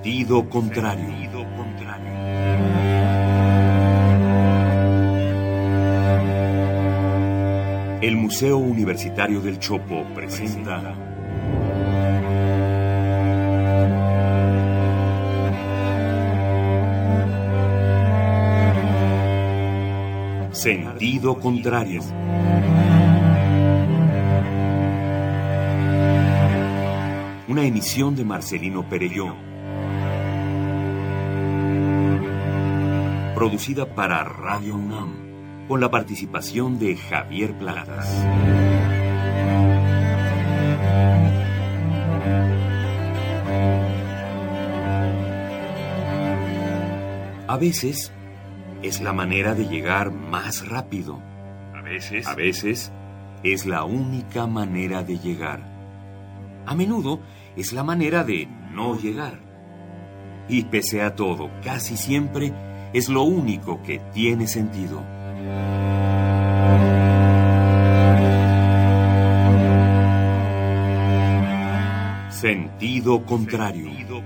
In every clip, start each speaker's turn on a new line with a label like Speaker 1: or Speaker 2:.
Speaker 1: Sentido contrario. El Museo Universitario del Chopo presenta Sentido contrario. Una emisión de Marcelino Perelló. Producida para Radio UNAM, con la participación de Javier Platas. A veces es la manera de llegar más rápido. A veces es la única manera de llegar. A menudo es la manera de no llegar. Y pese a todo, casi siempre es lo único que tiene sentido. Sentido contrario.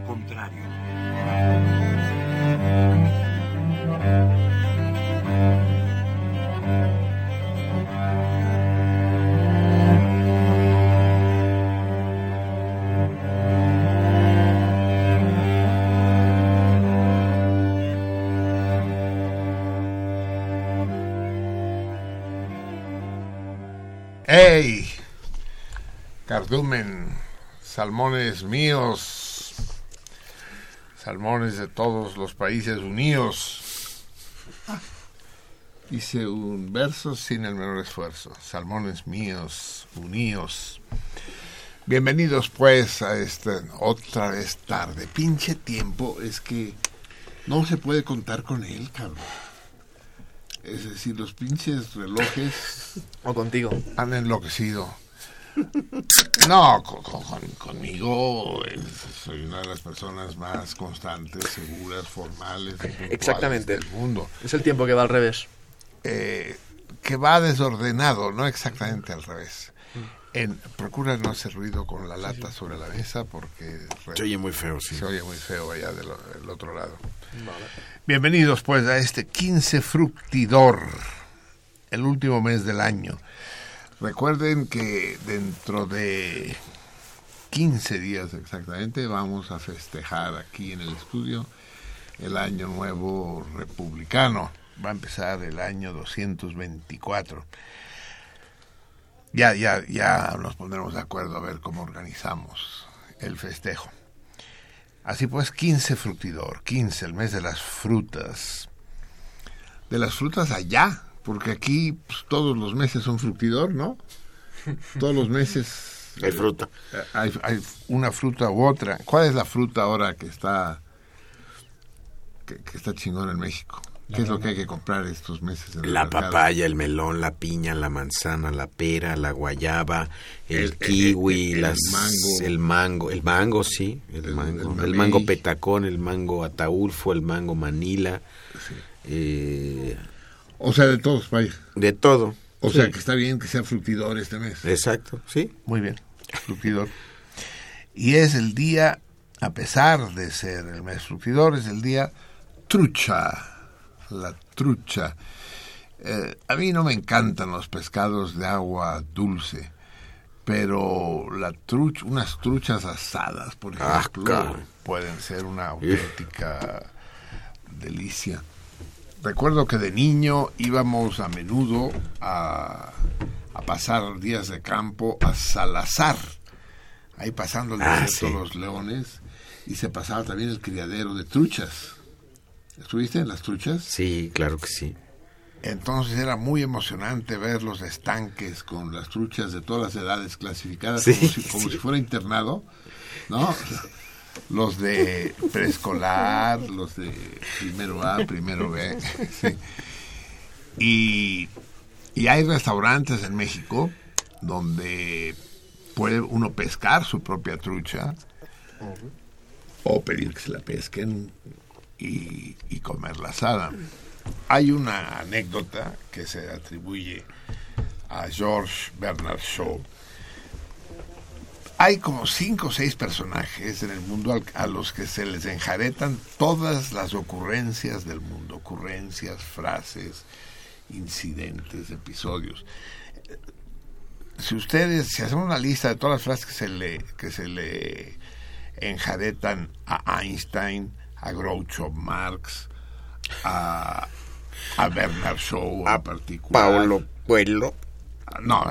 Speaker 2: ¡Ey! Cardumen, salmones míos, salmones de todos los países unidos. Hice un verso sin el menor esfuerzo. Salmones míos, unidos. Bienvenidos pues a esta otra vez tarde. Pinche tiempo, es que no se puede contar con él, cabrón. Es decir, los pinches relojes...
Speaker 3: ¿O contigo?
Speaker 2: Han enloquecido. No, conmigo soy una de las personas más constantes, seguras, formales,
Speaker 3: exactamente
Speaker 2: del mundo.
Speaker 3: Es el tiempo que va al revés.
Speaker 2: Que va desordenado, no exactamente al revés. Procura no hacer ruido con la lata sobre la mesa porque...
Speaker 4: Se oye muy feo, sí.
Speaker 2: Se oye muy feo allá del otro lado. Vale. Bienvenidos pues a este 15 Fructidor, el último mes del año. Recuerden que dentro de 15 días exactamente vamos a festejar aquí en el estudio el Año Nuevo Republicano. Va a empezar el año 224. Ya nos pondremos de acuerdo a ver cómo organizamos el festejo. Así pues, 15 Fructidor, 15, el mes de las frutas. De las frutas allá, porque aquí pues, todos los meses son Fructidor, ¿no? Todos los meses...
Speaker 4: hay fruta.
Speaker 2: Hay una fruta u otra. ¿Cuál es la fruta ahora que está chingón en México? ¿Qué es lo que hay que comprar estos meses?
Speaker 4: La papaya, el melón, la piña, la manzana, la pera, la guayaba, el kiwi, el mango, sí, el mango petacón, el mango ataulfo, el mango manila. Sí.
Speaker 2: O sea, de todos, vaya.
Speaker 4: De todo.
Speaker 2: O sea, que está bien que sea Fructidor este mes.
Speaker 4: Exacto, sí.
Speaker 2: Muy bien, Fructidor. Y es el día, a pesar de ser el mes Fructidor, es el día trucha. La trucha. A mí no me encantan los pescados de agua dulce, pero unas truchas asadas, por ejemplo, pueden ser una auténtica delicia. Recuerdo que de niño íbamos a menudo a pasar días de campo a Salazar, ahí pasando el desierto de los Leones, y se pasaba también el criadero de truchas. ¿Estuviste en las truchas?
Speaker 4: Sí, claro que sí.
Speaker 2: Entonces era muy emocionante ver los estanques con las truchas de todas las edades clasificadas, como si fuera internado, ¿no? Los de preescolar, los de primero A, primero B. Sí. Y hay restaurantes en México donde puede uno pescar su propia trucha o pedir que se la pesquen y comerla asada. Hay una anécdota que se atribuye a George Bernard Shaw hay como 5 o 6 personajes en el mundo a los que se les enjaretan todas las ocurrencias del mundo, ocurrencias, frases, incidentes, episodios. Si hacemos una lista de todas las frases que se le enjaretan a Einstein, a Groucho Marx, a Bernard Shaw en particular,
Speaker 4: Paulo Coelho.
Speaker 2: No,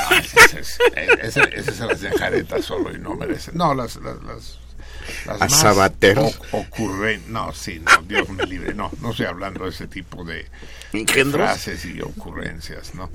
Speaker 2: ese se las enjareta solo y no merece. No, las
Speaker 4: A
Speaker 2: más
Speaker 4: Sabater.
Speaker 2: No, Dios me libre. No estoy hablando de ese tipo de
Speaker 4: ¿Engendros?
Speaker 2: frases y ocurrencias, ¿no?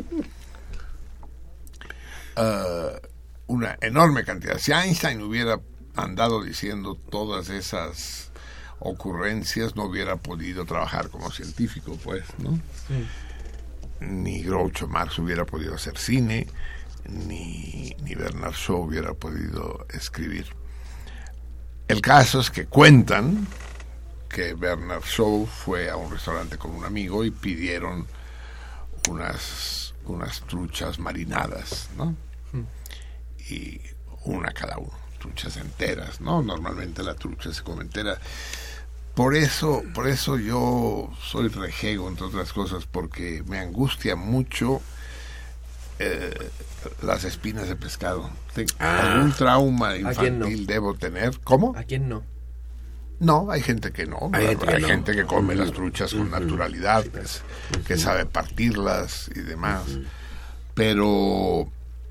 Speaker 2: Una enorme cantidad. Si Einstein hubiera andado diciendo todas esas ocurrencias, no hubiera podido trabajar como científico, pues, ¿no? Sí. Ni Groucho Marx hubiera podido hacer cine, ni Bernard Shaw hubiera podido escribir. El caso es que cuentan que Bernard Shaw fue a un restaurante con un amigo y pidieron unas truchas marinadas, ¿no? Y una cada uno, truchas enteras, ¿no? Normalmente la trucha se come entera. Por eso yo soy rejego, entre otras cosas, porque me angustia mucho las espinas de pescado. Algún trauma infantil no debo tener. ¿Cómo?
Speaker 3: ¿A quién no?
Speaker 2: No, hay gente que no. Hay gente que come las truchas con naturalidad, que sabe partirlas y demás. Pero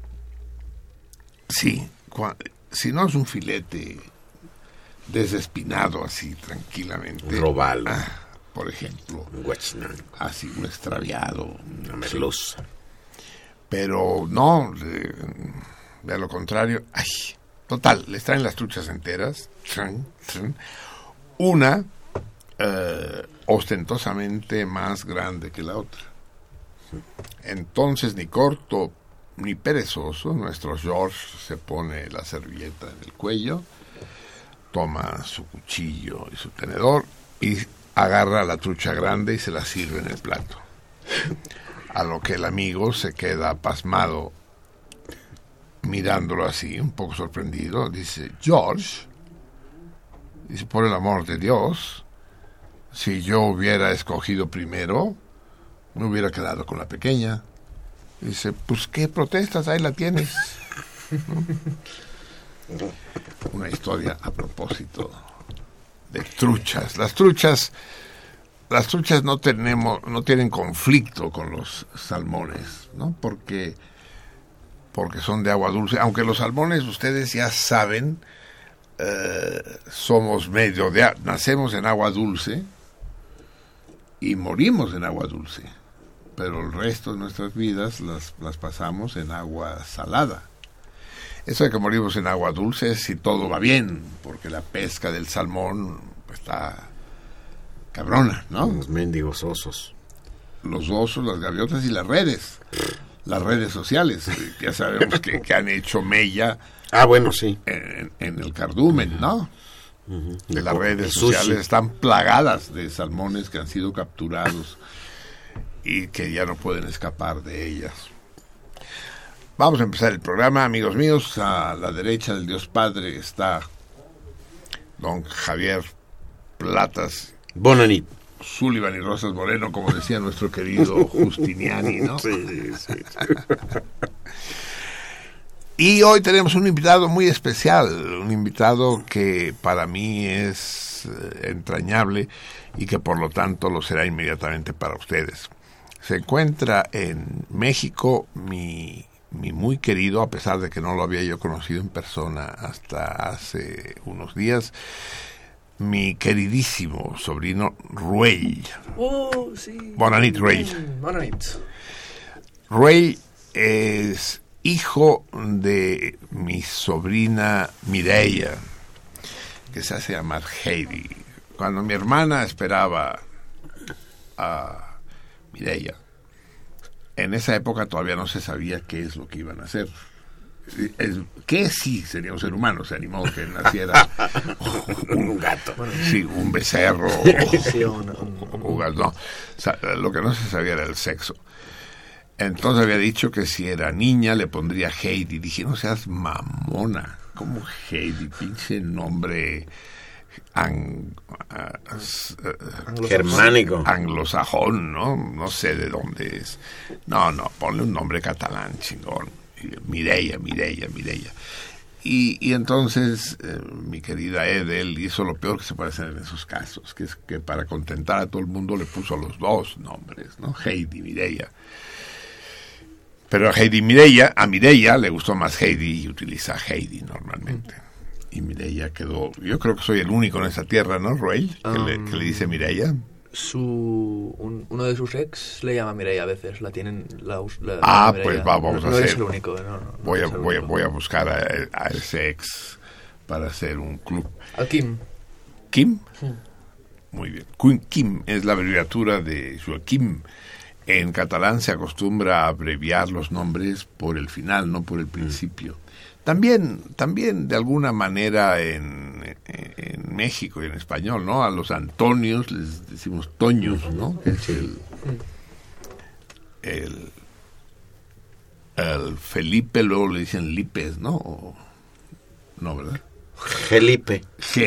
Speaker 2: sí, si no es un filete desespinado así tranquilamente,
Speaker 4: un robalo,
Speaker 2: por ejemplo,
Speaker 4: un guachinango,
Speaker 2: así un extraviado,
Speaker 4: una merluza,
Speaker 2: pero no, de lo contrario, total, les traen las truchas enteras, una ostentosamente más grande que la otra. Entonces, ni corto ni perezoso, nuestro George se pone la servilleta en el cuello, toma su cuchillo y su tenedor y agarra la trucha grande y se la sirve en el plato. A lo que el amigo se queda pasmado mirándolo así, un poco sorprendido. Dice: George, dice, por el amor de Dios, si yo hubiera escogido primero, me hubiera quedado con la pequeña. Dice: pues qué protestas, ahí la tienes. ¿No? Una historia a propósito de truchas. Las truchas no tienen conflicto con los salmones, ¿no? Porque son de agua dulce. Aunque los salmones, ustedes ya saben, somos nacemos en agua dulce y morimos en agua dulce, pero el resto de nuestras vidas las pasamos en agua salada. Eso de que morimos en agua dulce es si todo va bien, porque la pesca del salmón está cabrona, ¿no?
Speaker 4: Los mendigos osos.
Speaker 2: Los osos, las gaviotas y las redes sociales, ya sabemos que han hecho mella.
Speaker 4: Bueno, sí.
Speaker 2: En el cardumen, ¿no? Las redes sociales están plagadas de salmones que han sido capturados y que ya no pueden escapar de ellas. Vamos a empezar el programa, amigos míos. A la derecha del Dios Padre está don Javier Platas
Speaker 4: Bonanit,
Speaker 2: Sullivan y Rosas Moreno, como decía nuestro querido Justiniani, ¿no?
Speaker 4: Sí.
Speaker 2: Y hoy tenemos un invitado muy especial, un invitado que para mí es entrañable y que por lo tanto lo será inmediatamente para ustedes. Se encuentra en México mi muy querido, a pesar de que no lo había yo conocido en persona hasta hace unos días, mi queridísimo sobrino Ruey.
Speaker 3: Sí.
Speaker 2: Bonanit Ruey.
Speaker 3: Bonanit.
Speaker 2: Ruey es hijo de mi sobrina Mireia, que se hace llamar Heidi. Cuando mi hermana esperaba a Mireia, en esa época todavía no se sabía qué es lo que iban a hacer. Que sí sería un ser humano, se animó que naciera un gato, sí, un becerro, un gato, no. O sea, lo que no se sabía era el sexo. Entonces había dicho que si era niña le pondría Heidi. Dije: no seas mamona, como Heidi, pinche nombre
Speaker 4: germánico,
Speaker 2: anglosajón, ¿no? No sé de dónde es. No, ponle un nombre catalán, chingón. Mireia. Y entonces mi querida Edel hizo lo peor que se puede hacer en esos casos, que es que para contentar a todo el mundo le puso los dos nombres, ¿no? Heidi, Mireia. Pero a Mireia le gustó más Heidi y utiliza Heidi normalmente. Y Mireia quedó... Yo creo que soy el único en esa tierra, ¿no, Roel? Que le dice Mireia.
Speaker 3: Uno de sus ex le llama Mireia a veces. La tienen...
Speaker 2: pues vamos a hacer...
Speaker 3: No eres el único.
Speaker 2: Voy a buscar a ese ex para hacer un club.
Speaker 3: Al Kim.
Speaker 2: ¿Kim? Muy bien. Kim es la abreviatura de Joaquim. En catalán se acostumbra a abreviar los nombres por el final, no por el principio. También de alguna manera en México y en español, ¿no? A los Antonios les decimos Toños, ¿no? Es el Felipe, luego le dicen Lipes, ¿no? No, ¿verdad?
Speaker 4: Felipe.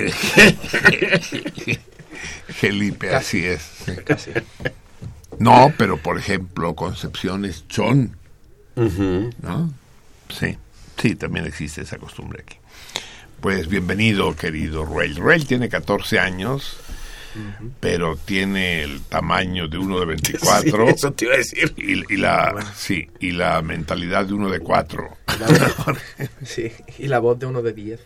Speaker 2: Felipe, así es. Sí.
Speaker 3: Casi.
Speaker 2: No, pero por ejemplo, Concepción es Chon, ¿no? Sí, también existe esa costumbre aquí. Pues bienvenido, querido Roel. Roel tiene 14 años, pero tiene el tamaño de uno de 24.
Speaker 4: Sí, eso te iba a decir.
Speaker 2: Y la mentalidad de uno de 4.
Speaker 3: Sí, y la voz de uno de 10.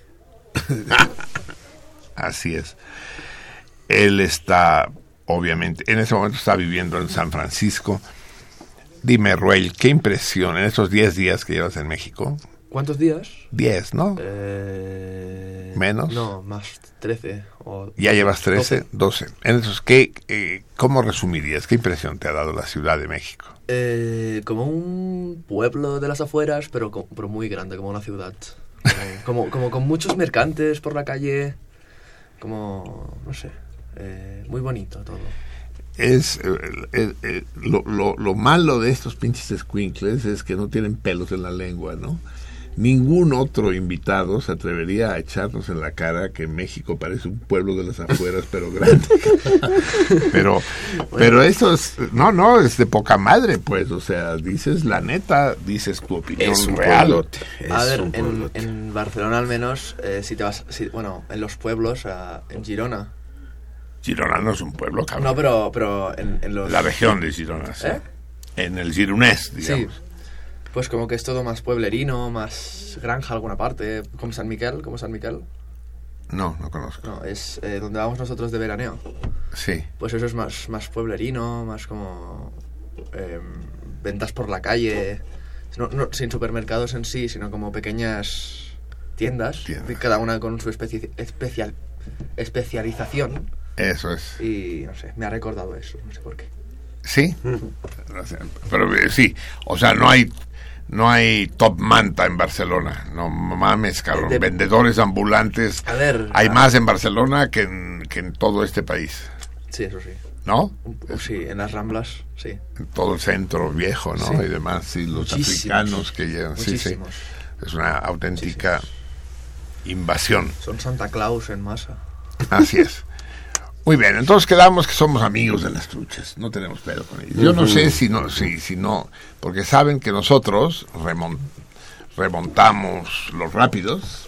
Speaker 2: Así es. Él está... Obviamente, en ese momento está viviendo en San Francisco. Dime, Roel, ¿qué impresión en estos 10 días que llevas en México?
Speaker 3: ¿Cuántos días?
Speaker 2: 10, ¿no? ¿Menos?
Speaker 3: No, más 13.
Speaker 2: ¿Ya llevas 13? 12. Entonces, ¿cómo resumirías? ¿Qué impresión te ha dado la Ciudad de México?
Speaker 3: Como un pueblo de las afueras, pero muy grande, como una ciudad. Como con muchos mercantes por la calle. Como, no sé... muy bonito todo.
Speaker 2: Es lo malo de estos pinches escuincles es que no tienen pelos en la lengua, ¿no? Ningún otro invitado se atrevería a echarnos en la cara que México parece un pueblo de las afueras, pero grande. pero eso es, es de poca madre, pues, o sea, dices la neta, dices tu opinión
Speaker 4: es un
Speaker 2: real.
Speaker 4: Pueblote,
Speaker 3: a ver, en Barcelona al menos, si te vas, en los pueblos, en Girona.
Speaker 2: Girona no es un pueblo, cabrón.
Speaker 3: No, pero en los...
Speaker 2: La región de Girona, sí. En el gironés, digamos.
Speaker 3: Sí. Pues como que es todo más pueblerino, más granja alguna parte, como San Miquel.
Speaker 2: No conozco.
Speaker 3: No, es donde vamos nosotros de veraneo.
Speaker 2: Sí.
Speaker 3: Pues eso es más pueblerino, más como ventas por la calle, no sin supermercados en sí, sino como pequeñas tiendas. Cada una con su especialización.
Speaker 2: Eso es.
Speaker 3: Y no sé, me ha recordado eso, no sé por qué.
Speaker 2: ¿Sí? Pero sí, o sea, no hay Top Manta en Barcelona, no mames, cabrón. Vendedores ambulantes hay más en Barcelona que en todo este país.
Speaker 3: Sí, eso sí.
Speaker 2: ¿No?
Speaker 3: Sí, en las Ramblas, sí.
Speaker 2: En todo el centro viejo, ¿no? Sí. Y demás, sí, los africanos que llegan. Sí. Es una auténtica invasión.
Speaker 3: Son Santa Claus en masa.
Speaker 2: Así es. Muy bien, entonces quedamos que somos amigos de las truchas, no tenemos pedo con ellos. Yo no sé si no, porque saben que nosotros remontamos los rápidos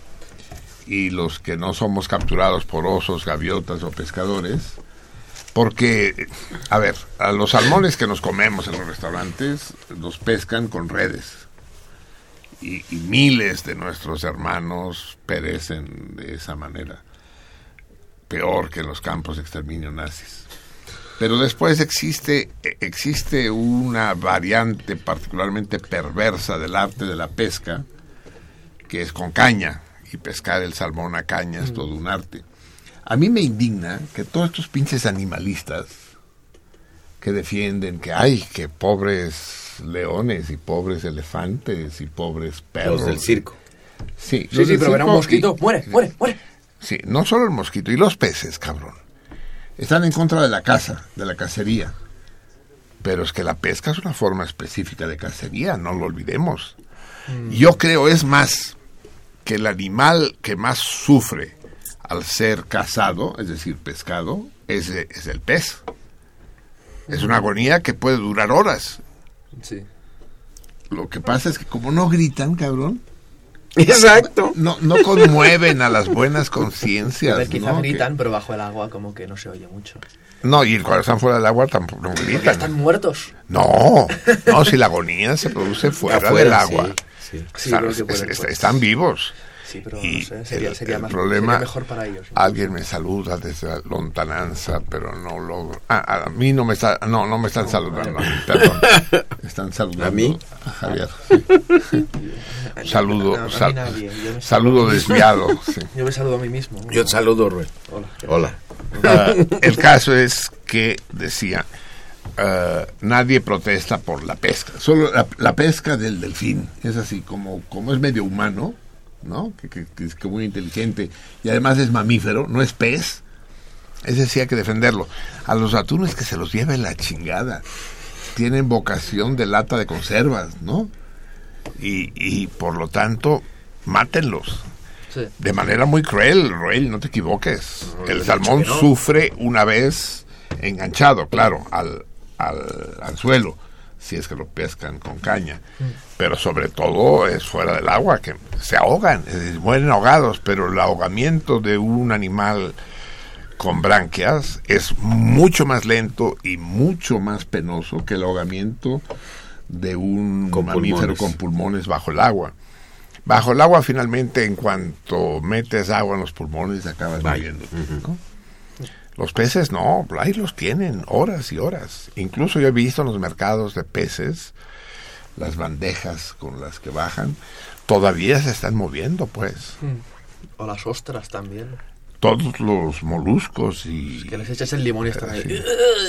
Speaker 2: y los que no somos capturados por osos, gaviotas o pescadores, porque, a ver, a los salmones que nos comemos en los restaurantes los pescan con redes y miles de nuestros hermanos perecen de esa manera. Peor que en los campos de exterminio nazis. Pero después existe una variante particularmente perversa del arte de la pesca, que es con caña, y pescar el salmón a caña es todo un arte. A mí me indigna que todos estos pinches animalistas que defienden que pobres leones y pobres elefantes y pobres perros.
Speaker 4: Los del circo.
Speaker 2: Sí,
Speaker 3: pero verá un mosquito, muere.
Speaker 2: Sí, no solo el mosquito, y los peces, cabrón. Están en contra de la caza, de la cacería. Pero es que la pesca es una forma específica de cacería, no lo olvidemos. Yo creo, es más, que el animal que más sufre al ser cazado, es decir, pescado, es el pez. Es una agonía que puede durar horas.
Speaker 3: Sí.
Speaker 2: Lo que pasa es que como no gritan, cabrón.
Speaker 4: Exacto.
Speaker 2: No conmueven a las buenas conciencias.
Speaker 3: A ver, quizá
Speaker 2: ¿no?
Speaker 3: gritan, pero bajo el agua como que no se oye mucho.
Speaker 2: No, y cuando están fuera del agua tampoco no gritan.
Speaker 3: ¿Ya están muertos?
Speaker 2: No, si la agonía se produce fuera del agua.
Speaker 4: Sí.
Speaker 3: Sí, creo que pueden, pues.
Speaker 2: Están vivos.
Speaker 3: Sí, pero
Speaker 2: Y
Speaker 3: no sé, sería
Speaker 2: el
Speaker 3: más,
Speaker 2: problema,
Speaker 3: sería mejor para ellos.
Speaker 2: Alguien me saluda desde la lontananza, pero no logro. A mí no me están saludando. Perdón. Están saludando
Speaker 4: ¿A mí?
Speaker 2: A Javier. Sí. Saludo desviado. Sí.
Speaker 3: Yo me saludo a mí mismo.
Speaker 4: Yo te saludo, Rubén. Hola.
Speaker 2: El caso es que decía, nadie protesta por la pesca, solo la pesca del delfín. Es así, como es medio humano, ¿no? Que es muy inteligente y además es mamífero, no es pez. Ese sí hay que defenderlo. A los atunes que se los lleve la chingada. Tienen vocación de lata de conservas, ¿no? Y por lo tanto, mátenlos.
Speaker 3: Sí.
Speaker 2: De manera muy cruel, Roel, no te equivoques. El salmón sufre una vez enganchado, claro, al suelo, si es que lo pescan con caña. Pero sobre todo es fuera del agua, que se ahogan, mueren ahogados, pero el ahogamiento de un animal con branquias es mucho más lento y mucho más penoso que el ahogamiento de un mamífero con pulmones bajo el agua. Bajo el agua, finalmente, en cuanto metes agua en los pulmones, acabas muriendo, ¿no? Los peces no, ahí los tienen horas y horas. Incluso yo he visto en los mercados de peces, las bandejas con las que bajan, todavía se están moviendo, pues.
Speaker 3: O las ostras también.
Speaker 2: Todos los moluscos y...
Speaker 3: Es que les echas el limón y están ahí.
Speaker 2: Sí.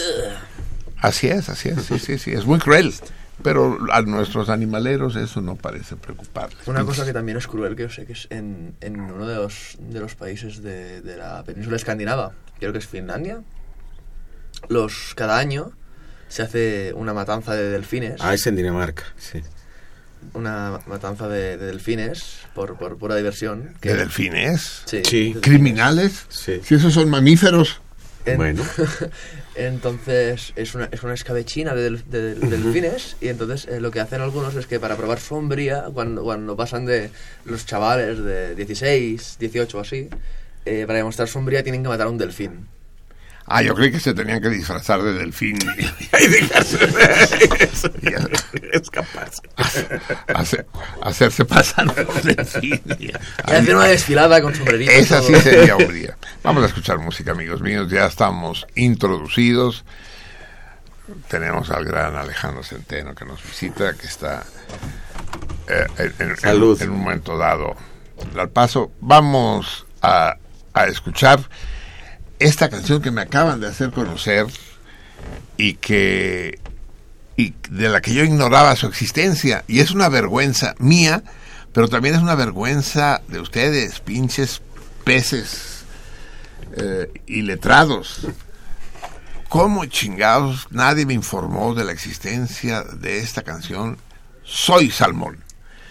Speaker 2: Así es, sí, es muy cruel. Pero a nuestros animaleros eso no parece preocuparles.
Speaker 3: Una cosa que también es cruel, que yo sé que es en uno de los países de la península escandinava, creo que es Finlandia, cada año se hace una matanza de delfines.
Speaker 4: Es en Dinamarca, sí.
Speaker 3: Una matanza de delfines por pura diversión.
Speaker 2: ¿De delfines?
Speaker 3: Sí.
Speaker 2: ¿Criminales?
Speaker 4: Sí.
Speaker 2: Si esos son mamíferos.
Speaker 4: Bueno.
Speaker 3: Entonces es una escabechina de delfines, y entonces lo que hacen algunos es que para probar su hombría, cuando pasan de los chavales de 16, 18 o así, para demostrar su hombría tienen que matar a un delfín.
Speaker 2: Yo creí que se tenían que disfrazar de delfín
Speaker 4: y dejarse es capaz.
Speaker 2: Hacerse pasar por delfín.
Speaker 3: Y hacer una desfilada con sombrerito.
Speaker 2: Esa sí sería hombría. Vamos a escuchar música, amigos míos. Ya estamos introducidos. Tenemos al gran Alejandro Centeno que nos visita, que está en un momento dado al paso. Vamos a escuchar esta canción que me acaban de hacer conocer y de la que yo ignoraba su existencia, y es una vergüenza mía, pero también es una vergüenza de ustedes, pinches peces iletrados. ¿Cómo chingados nadie me informó de la existencia de esta canción? Soy Salmón.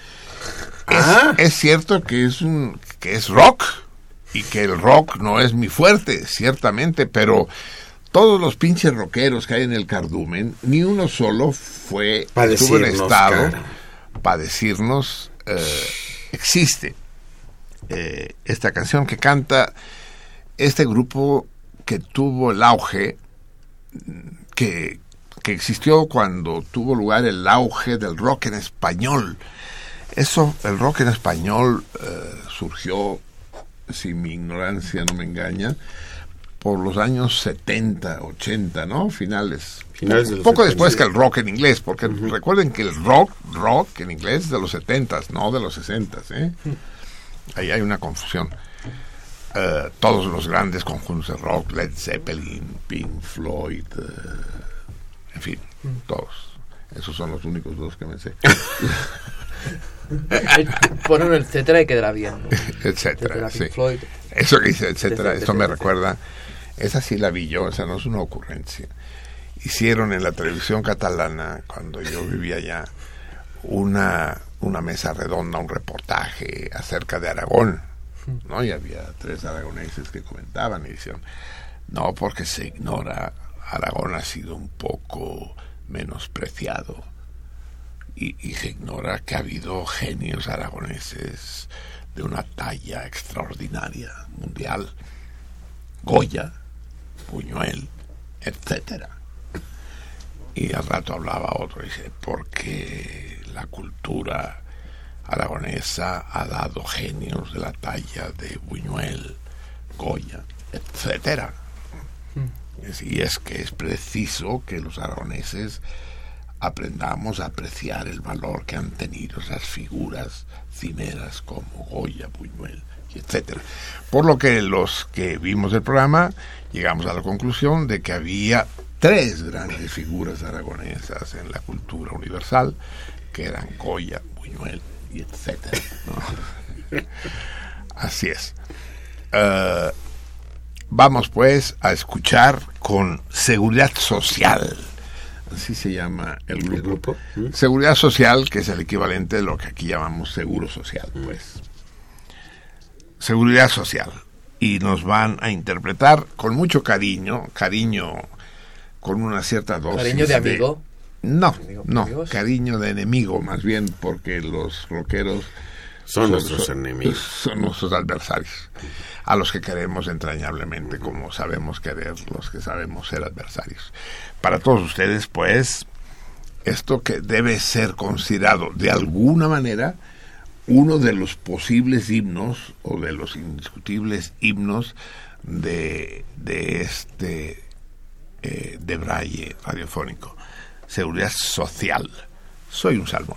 Speaker 2: Es cierto que es rock, y que el rock no es mi fuerte, ciertamente, pero todos los pinches rockeros que hay en el cardumen, ni uno solo estuvo en estado para decirnos existe esta canción que canta este grupo que tuvo el auge, que existió cuando tuvo lugar el auge del rock en español. El rock en español surgió, si mi ignorancia no me engaña, por los años 70, 80, ¿no? Finales de los poco 70, después que el rock en inglés, porque recuerden que el rock en inglés es de los 70, no de los 60, ¿eh? Ahí hay una confusión. Todos los grandes conjuntos de rock, Led Zeppelin, Pink Floyd, en fin, todos. Esos son los únicos dos que me sé.
Speaker 3: Ponen el etcétera y quedará bien, ¿no?
Speaker 2: Etcétera, sí.
Speaker 3: Floyd.
Speaker 2: Eso que dice etcétera, esto me recuerda, esa sí la vi yo, o sea, no es una ocurrencia. Hicieron en la televisión catalana, cuando yo vivía allá, una mesa redonda, un reportaje acerca de Aragón, ¿no? Y había 3 aragoneses que comentaban y decían, no, porque se ignora, Aragón ha sido un poco menospreciado y se ignora que ha habido genios aragoneses de una talla extraordinaria, mundial, Goya, Buñuel, etcétera. Y al rato hablaba otro, dice, porque la cultura aragonesa ha dado genios de la talla de Buñuel, Goya, etcétera. Y es que es preciso que los aragoneses aprendamos a apreciar el valor que han tenido esas figuras cimeras como Goya, Buñuel, etcétera. Por lo que los que vimos el programa llegamos a la conclusión de que había 3 grandes figuras aragonesas en la cultura universal, que eran Goya, Buñuel y etcétera, ¿no? Así es. Vamos pues a escuchar con Seguridad Social. Así se llama el grupo. Seguridad Social, que es el equivalente de lo que aquí llamamos Seguro Social, pues. Seguridad Social. Y nos van a interpretar con mucho cariño con una cierta dosis.
Speaker 3: ¿Cariño de amigo?
Speaker 2: No, cariño de enemigo, más bien, porque los rockeros
Speaker 4: son nuestros enemigos.
Speaker 2: Son nuestros adversarios, a los que queremos entrañablemente, como sabemos querer los que sabemos ser adversarios. Para todos ustedes, pues, esto que debe ser considerado de alguna manera uno de los posibles himnos o de los indiscutibles himnos de este de Braille radiofónico. Seguridad Social. Soy un salmón.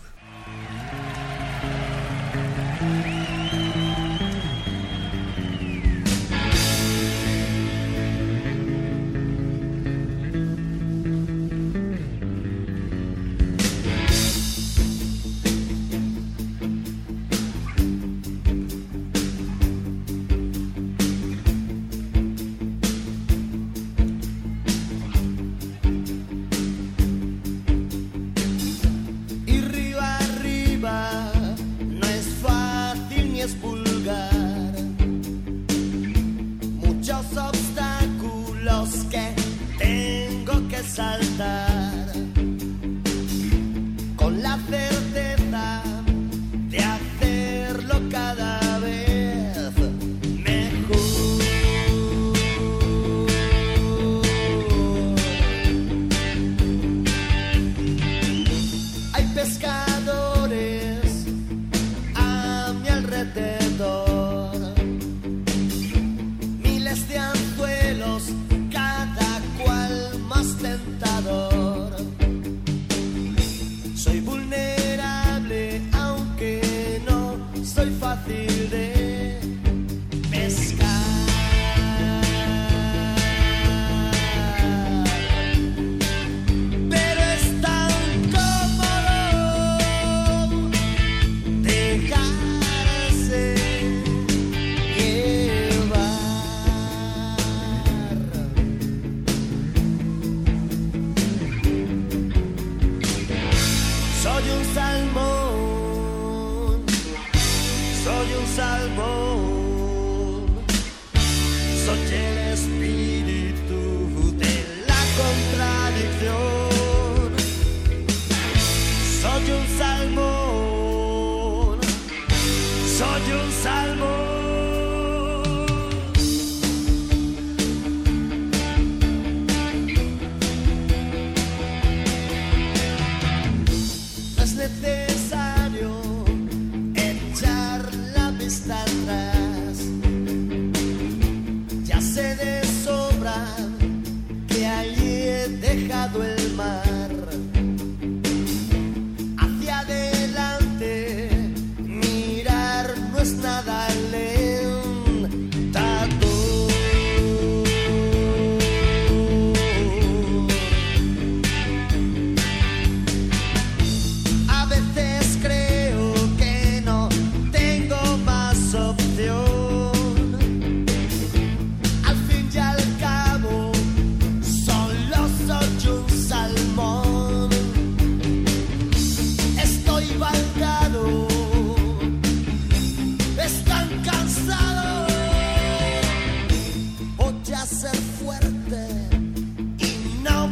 Speaker 5: Al fin y al cabo, son los 8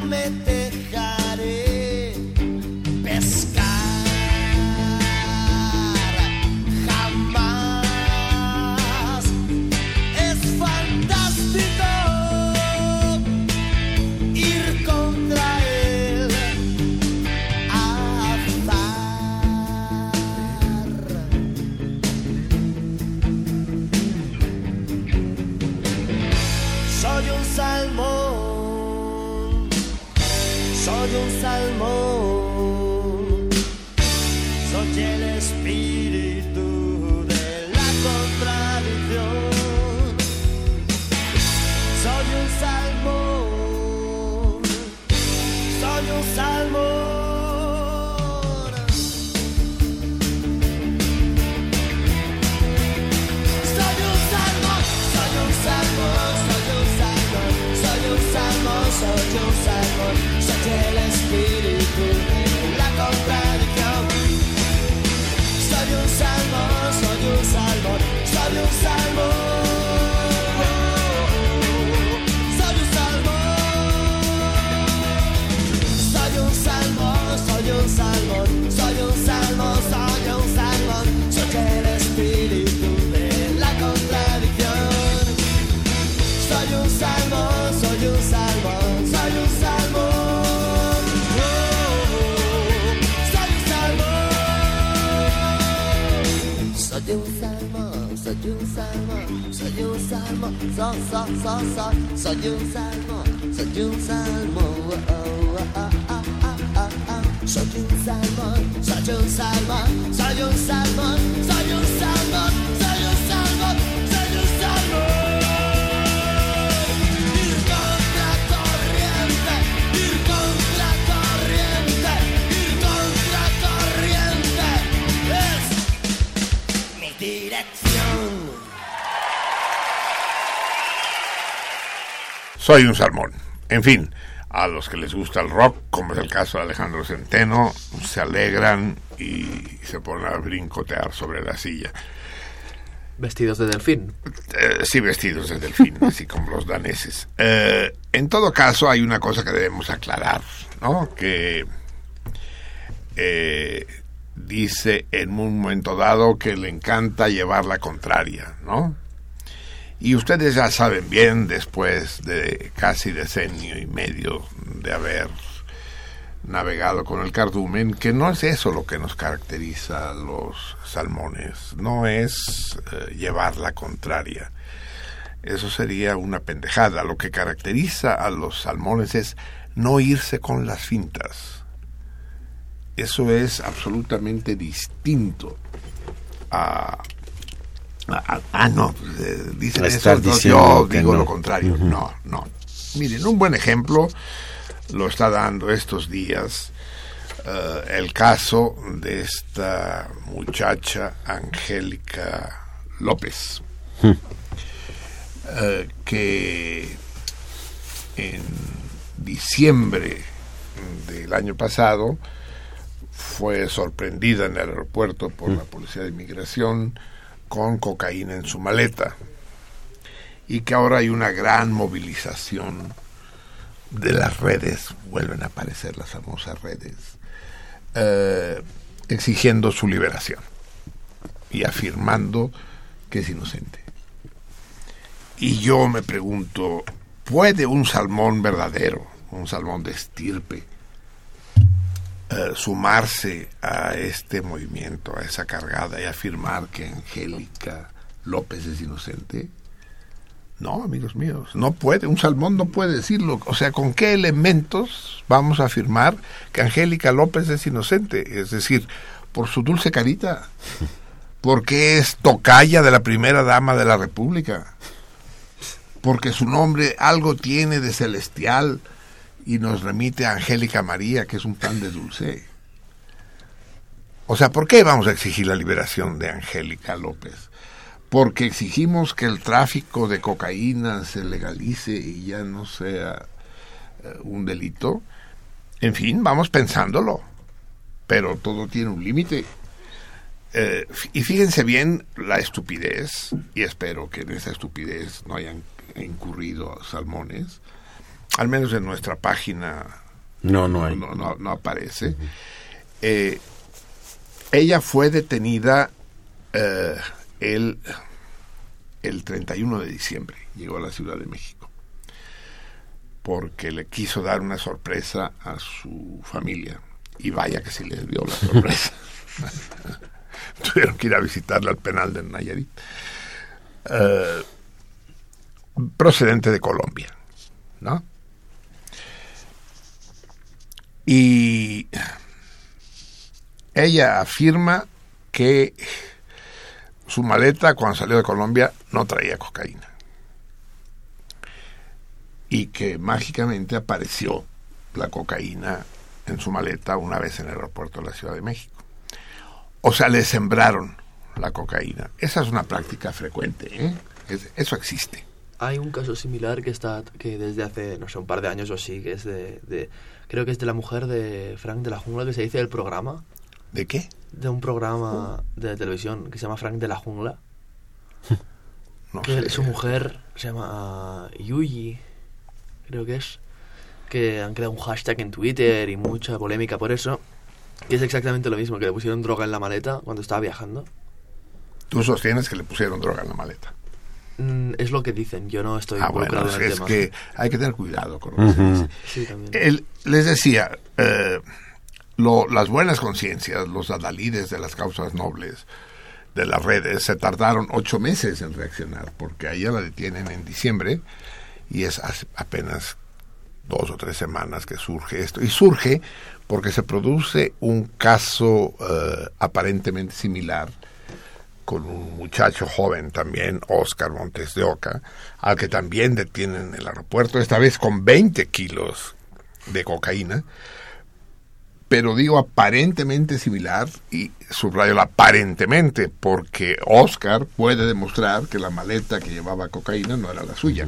Speaker 5: me dejaré pescar. Jamás. Es fantástico ir contra él a azar. Soy un salmón, soy un salmón, soy el espíritu de la contradicción. Soy un salmón, soy un salmón. Soy un salmón, soy un salmón, soy un salmón, soy un salmón, soy un salmón, soy el espíritu de la contradicción. Soy un salmón, soy un salmón, soy un salmón. Soy un salmón, soy un salmón, soy un salmón, soy un salmón, soy un salmón, soy el espíritu de la contradicción. Soy un salmón, soy un salmón, soy un salmón. Soy un salmón. Soy un salmón, soy un salmón, soy un salmón, soy un salmón, soy un salmón. Soy un salmón, soy un salmón, soy un salmón, soy un salmón, soy un salmón, soy un salmón. Ir contra corriente, ir contra corriente, ir contra corriente es mi dirección.
Speaker 2: Soy un salmón. En fin, a los que les gusta el rock, como es el caso de Alejandro Centeno, se alegran y se ponen a brincotear sobre la silla.
Speaker 3: Vestidos de delfín.
Speaker 2: Sí, vestidos de delfín, así como los daneses. En todo caso, hay una cosa que debemos aclarar, ¿no? Que dice en un momento dado que le encanta llevar la contraria, ¿no? Y ustedes ya saben bien, después de casi decenio y medio de haber navegado con el cardumen, que no es eso lo que nos caracteriza a los salmones, no es llevar la contraria. Eso sería una pendejada. Lo que caracteriza a los salmones es no irse con las fintas. Eso es absolutamente distinto a... no, dicen eso, yo digo lo contrario. No. Miren, un buen ejemplo lo está dando estos días el caso de esta muchacha Angélica López, que en diciembre del año pasado fue sorprendida en el aeropuerto por la Policía de Inmigración con cocaína en su maleta, y que ahora hay una gran movilización de las redes, vuelven a aparecer las famosas redes, exigiendo su liberación y afirmando que es inocente. Y yo me pregunto, ¿puede un salmón verdadero, un salmón de estirpe, sumarse a este movimiento, a esa cargada, y afirmar que Angélica López es inocente? No, amigos míos, no puede, un salmón no puede decirlo. O sea, ¿con qué elementos vamos a afirmar que Angélica López es inocente? Es decir, por su dulce carita, porque es tocaya de la primera dama de la República, porque su nombre algo tiene de celestial y nos remite a Angélica María, que es un pan de dulce. O sea, ¿por qué vamos a exigir la liberación de Angélica López? Porque exigimos que el tráfico de cocaína se legalice y ya no sea un delito. En fin, vamos pensándolo, pero todo tiene un límite. Y fíjense bien la estupidez, y espero que en esa estupidez no hayan incurrido salmones, al menos en nuestra página
Speaker 4: No hay.
Speaker 2: no aparece. Ella fue detenida el 31 de diciembre, llegó a la Ciudad de México, porque le quiso dar una sorpresa a su familia, y vaya que sí les dio la sorpresa. Tuvieron que ir a visitarla al penal de Nayarit. Procedente de Colombia, ¿no? Y ella afirma que su maleta cuando salió de Colombia no traía cocaína y que mágicamente apareció la cocaína en su maleta una vez en el aeropuerto de la Ciudad de México. O sea, le sembraron la cocaína. Esa es una práctica frecuente, ¿eh? Eso existe.
Speaker 3: Hay un caso similar que desde hace, no sé, un par de años o así, que es creo que es de la mujer de Frank de la Jungla, que se dice del programa.
Speaker 2: ¿De qué?
Speaker 3: De un programa de televisión que se llama Frank de la Jungla.
Speaker 2: No
Speaker 3: que
Speaker 2: sé.
Speaker 3: su mujer se llama Yuyi, creo que es. Que han creado un hashtag en Twitter y mucha polémica por eso. Que es exactamente lo mismo, que le pusieron droga en la maleta cuando estaba viajando.
Speaker 2: Tú sostienes que le pusieron droga en la maleta.
Speaker 3: Es lo que dicen, yo no estoy involucrado
Speaker 2: bueno,
Speaker 3: en el
Speaker 2: es
Speaker 3: tema.
Speaker 2: que hay que tener cuidado con lo que se dice.
Speaker 3: Sí, también.
Speaker 2: Les decía, las buenas conciencias, los adalides de las causas nobles de las redes se tardaron 8 meses en reaccionar, porque a ella la detienen en diciembre y es apenas 2 o 3 semanas que surge esto. Y surge porque se produce un caso aparentemente similar con un muchacho joven también, Oscar Montes de Oca, al que también detienen en el aeropuerto, esta vez con 20 kilos de cocaína, pero digo aparentemente similar, y subrayo el aparentemente, porque Oscar puede demostrar que la maleta que llevaba cocaína no era la suya.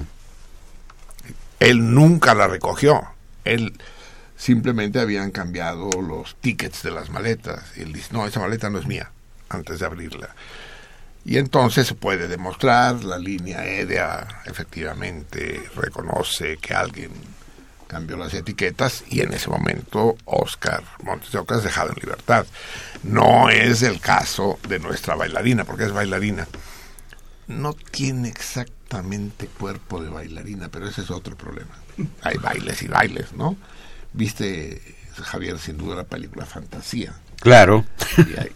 Speaker 2: Él nunca la recogió, él simplemente habían cambiado los tickets de las maletas, y él dice, no, esa maleta no es mía, antes de abrirla. Y entonces se puede demostrar, la línea aérea efectivamente reconoce que alguien cambió las etiquetas y en ese momento Oscar Montes de Oca es dejado en libertad. No es el caso de nuestra bailarina, porque es bailarina. No tiene exactamente cuerpo de bailarina, pero ese es otro problema. Hay bailes y bailes, ¿no? Viste, Javier, sin duda la película Fantasía.
Speaker 4: Claro.
Speaker 2: Y hay...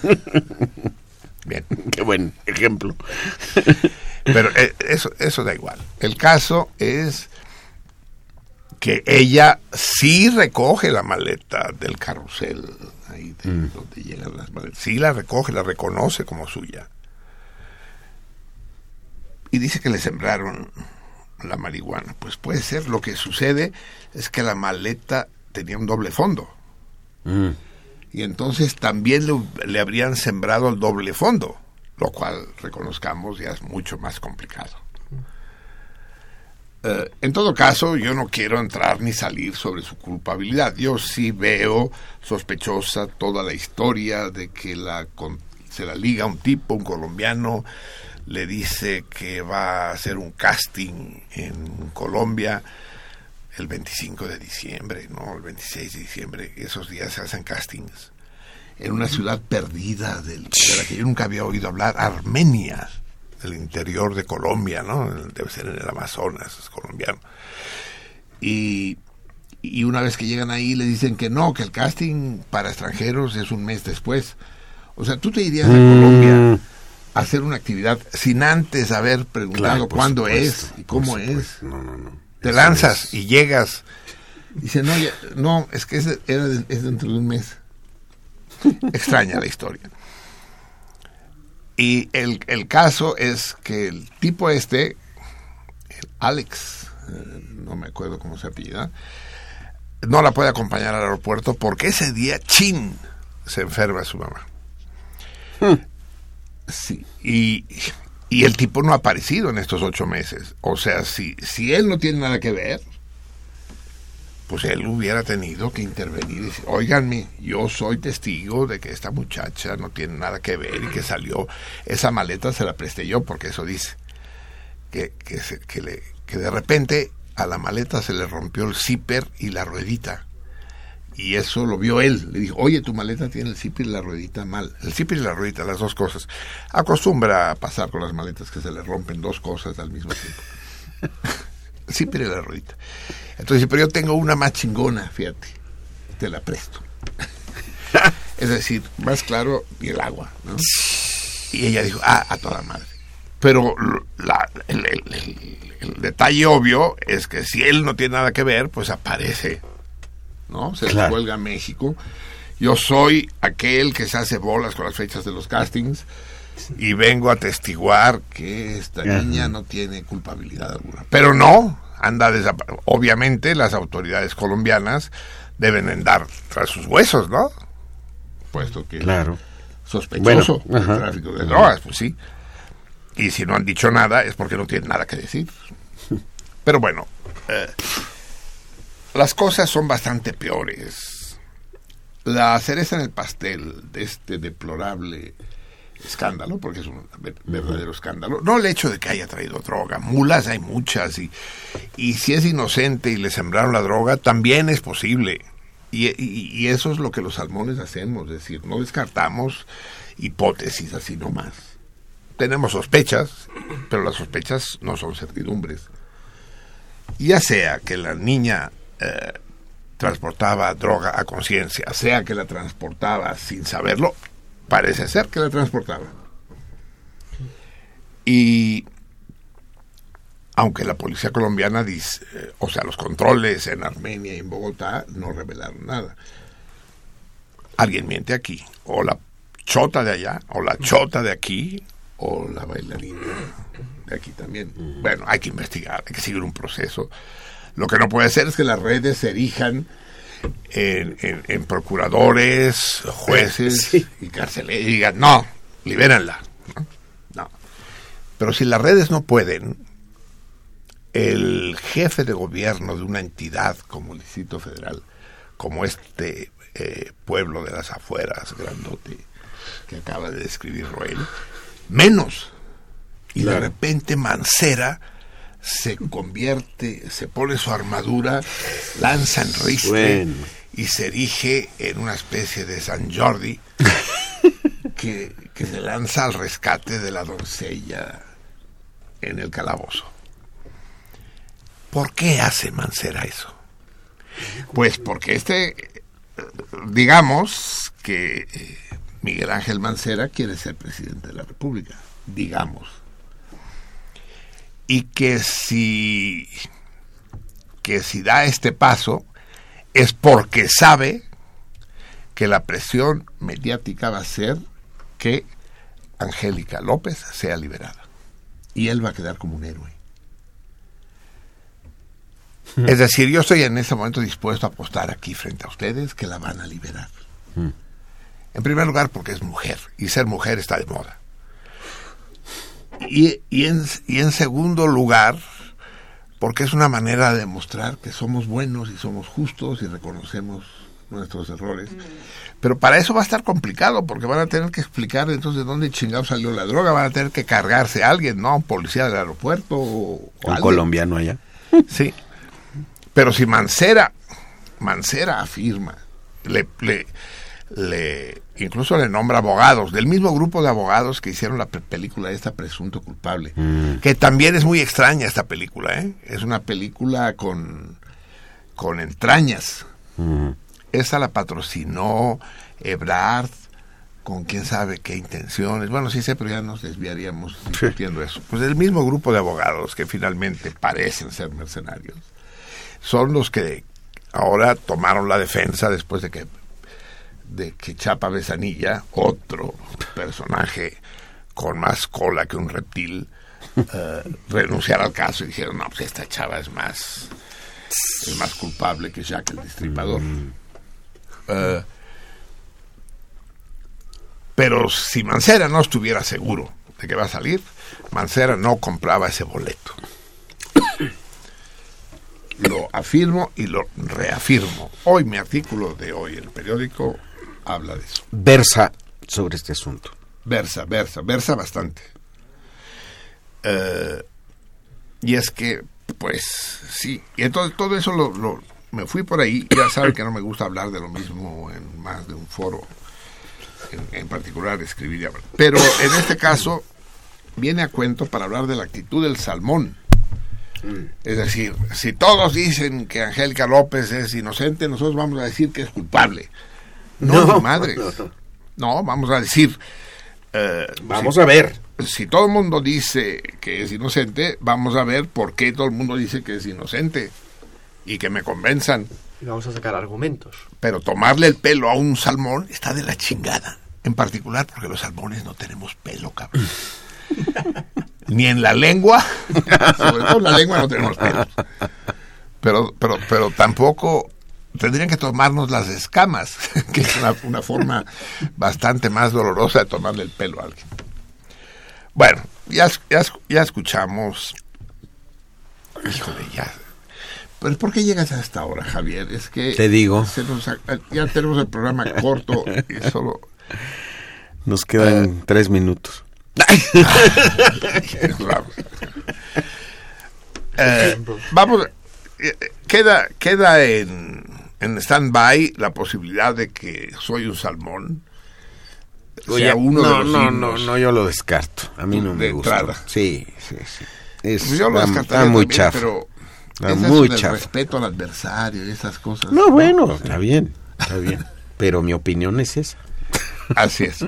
Speaker 2: Bien.
Speaker 4: Qué buen ejemplo.
Speaker 2: Pero eso da igual. El caso es que ella sí recoge la maleta del carrusel, ahí donde llegan las maletas. Sí la recoge, la reconoce como suya. Y dice que le sembraron la marihuana. Pues puede ser. Lo que sucede es que la maleta tenía un doble fondo. Y entonces también le habrían sembrado el doble fondo, lo cual, reconozcamos, ya es mucho más complicado. En todo caso, yo no quiero entrar ni salir sobre su culpabilidad. Yo sí veo sospechosa toda la historia de que se la liga un tipo, un colombiano, le dice que va a hacer un casting en Colombia el 25 de diciembre, ¿no? El 26 de diciembre, esos días se hacen castings en una ciudad perdida de la que yo nunca había oído hablar, Armenia, del interior de Colombia, ¿no? Debe ser en el Amazonas, es colombiano. Y una vez que llegan ahí le dicen que no, que el casting para extranjeros es un mes después. O sea, tú te irías a Colombia a hacer una actividad sin antes haber preguntado cuándo es y cómo es.
Speaker 4: No.
Speaker 2: Te lanzas y llegas. Dice, no, es que es dentro de un mes. Extraña la historia. Y el caso es que el tipo el Alex, no me acuerdo cómo se apellida, no la puede acompañar al aeropuerto porque ese día, se enferma su mamá. Sí, y el tipo no ha aparecido en estos 8 meses. O sea, si él no tiene nada que ver, pues él hubiera tenido que intervenir y decir, óiganme, yo soy testigo de que esta muchacha no tiene nada que ver y que salió, esa maleta se la presté yo, porque eso dice, que de repente a la maleta se le rompió el zipper y la ruedita. Y eso lo vio él. Le dijo, oye, tu maleta tiene el zipper y la ruedita mal. El zipper y la ruedita, las dos cosas. Acostumbra a pasar con las maletas que se le rompen dos cosas al mismo tiempo. El zipper y la ruedita. Entonces, pero yo tengo una más chingona, fíjate. Te la presto. Es decir, más claro y el agua, ¿no? Y ella dijo, a toda madre. Pero el detalle obvio es que si él no tiene nada que ver, pues aparece, ¿no? Se le cuelga a México. Yo soy aquel que se hace bolas con las fechas de los castings y vengo a atestiguar que esta niña no tiene culpabilidad alguna. Pero no, obviamente las autoridades colombianas deben andar tras sus huesos, ¿no? Puesto que sospechoso del tráfico de drogas, pues sí. Y si no han dicho nada es porque no tienen nada que decir. Pero bueno, las cosas son bastante peores. La cereza en el pastel de este deplorable escándalo, porque es un verdadero escándalo, no el hecho de que haya traído droga, mulas hay muchas, y si es inocente y le sembraron la droga, también es posible. Y eso es lo que los salmones hacemos, es decir, no descartamos hipótesis así nomás. Tenemos sospechas, pero las sospechas no son certidumbres. Ya sea que la niña transportaba droga a conciencia, sea que la transportaba sin saberlo, parece ser que la transportaba. Y aunque la policía colombiana dice, los controles en Armenia y en Bogotá no revelaron nada. Alguien miente aquí, o la chota de allá, o la chota de aquí, o la bailarina de aquí también. Bueno, hay que investigar, hay que seguir un proceso. Lo que no puede ser es que las redes se erijan en procuradores, jueces y carceleros y digan, no, libérenla. No. Pero si las redes no pueden, el jefe de gobierno de una entidad como el Distrito Federal, como este pueblo de las afueras, grandote, que acaba de describir Roel, menos. Y de repente Mancera se convierte, se pone su armadura, lanza en ristre y se erige en una especie de San Jordi que se lanza al rescate de la doncella en el calabozo. ¿Por qué hace Mancera eso? Pues porque digamos que Miguel Ángel Mancera quiere ser presidente de la República, digamos. Y que si da este paso es porque sabe que la presión mediática va a ser que Angélica López sea liberada. Y él va a quedar como un héroe. Es decir, yo estoy en ese momento dispuesto a apostar aquí frente a ustedes que la van a liberar. En primer lugar porque es mujer, y ser mujer está de moda. Y en segundo lugar porque es una manera de demostrar que somos buenos y somos justos y reconocemos nuestros errores. Pero para eso va a estar complicado, porque van a tener que explicar entonces de dónde chingado salió la droga, van a tener que cargarse a alguien, ¿no? A un policía del aeropuerto o
Speaker 4: un colombiano allá.
Speaker 2: Sí. Pero si Mancera afirma, incluso le nombra abogados, del mismo grupo de abogados que hicieron la película esta Presunto Culpable, que también es muy extraña esta película, ¿eh? Es una película con entrañas. Esa la patrocinó Ebrard, con quién sabe qué intenciones. Bueno, sí sé, pero ya nos desviaríamos discutiendo eso. Pues el mismo grupo de abogados que finalmente parecen ser mercenarios son los que ahora tomaron la defensa después de que Chapa Besanilla, otro personaje con más cola que un reptil, renunciara al caso y dijeron, no, pues esta chava es más culpable que Jack el Destripador. Pero si Mancera no estuviera seguro de que va a salir, Mancera no compraba ese boleto. Lo afirmo y lo reafirmo. Hoy mi artículo de hoy en el periódico habla de eso.
Speaker 4: Versa sobre este asunto.
Speaker 2: Versa bastante. Y es que Pues sí, y entonces todo eso me fui por ahí. Ya saben que no me gusta hablar de lo mismo en más de un foro, en particular escribir y hablar. Pero en este caso viene a cuento para hablar de la actitud del salmón. Es decir, si todos dicen que Angélica López es inocente, nosotros vamos a decir que es culpable. No, mi madre. No, vamos a decir...
Speaker 4: Vamos a ver.
Speaker 2: Si todo el mundo dice que es inocente, vamos a ver por qué todo el mundo dice que es inocente. Y que me convenzan.
Speaker 3: Y vamos a sacar argumentos.
Speaker 2: Pero tomarle el pelo a un salmón está de la chingada. En particular porque los salmones no tenemos pelo, cabrón. Ni en la lengua. Sobre todo en la lengua no tenemos pelos. Pero tampoco tendrían que tomarnos las escamas, que es una forma bastante más dolorosa de tomarle el pelo a alguien. Bueno, ya escuchamos. Híjole, ya. Pero ¿por qué llegas a esta hora, Javier? Es que
Speaker 4: te digo,
Speaker 2: ya tenemos el programa corto y solo
Speaker 4: nos quedan 3 minutos.
Speaker 2: Vamos, queda en stand-by la posibilidad de que Soy un salmón sea uno de los himnos.
Speaker 4: No, yo lo descarto. A mí no me gusta.
Speaker 2: Entrada.
Speaker 4: Sí.
Speaker 2: Yo lo descartaría
Speaker 4: muy
Speaker 2: también,
Speaker 4: chafa.
Speaker 2: pero
Speaker 4: Muy
Speaker 2: del
Speaker 4: chafa.
Speaker 2: Respeto al adversario y esas cosas.
Speaker 4: No, bueno, está bien. Pero mi opinión es esa.
Speaker 2: Así es,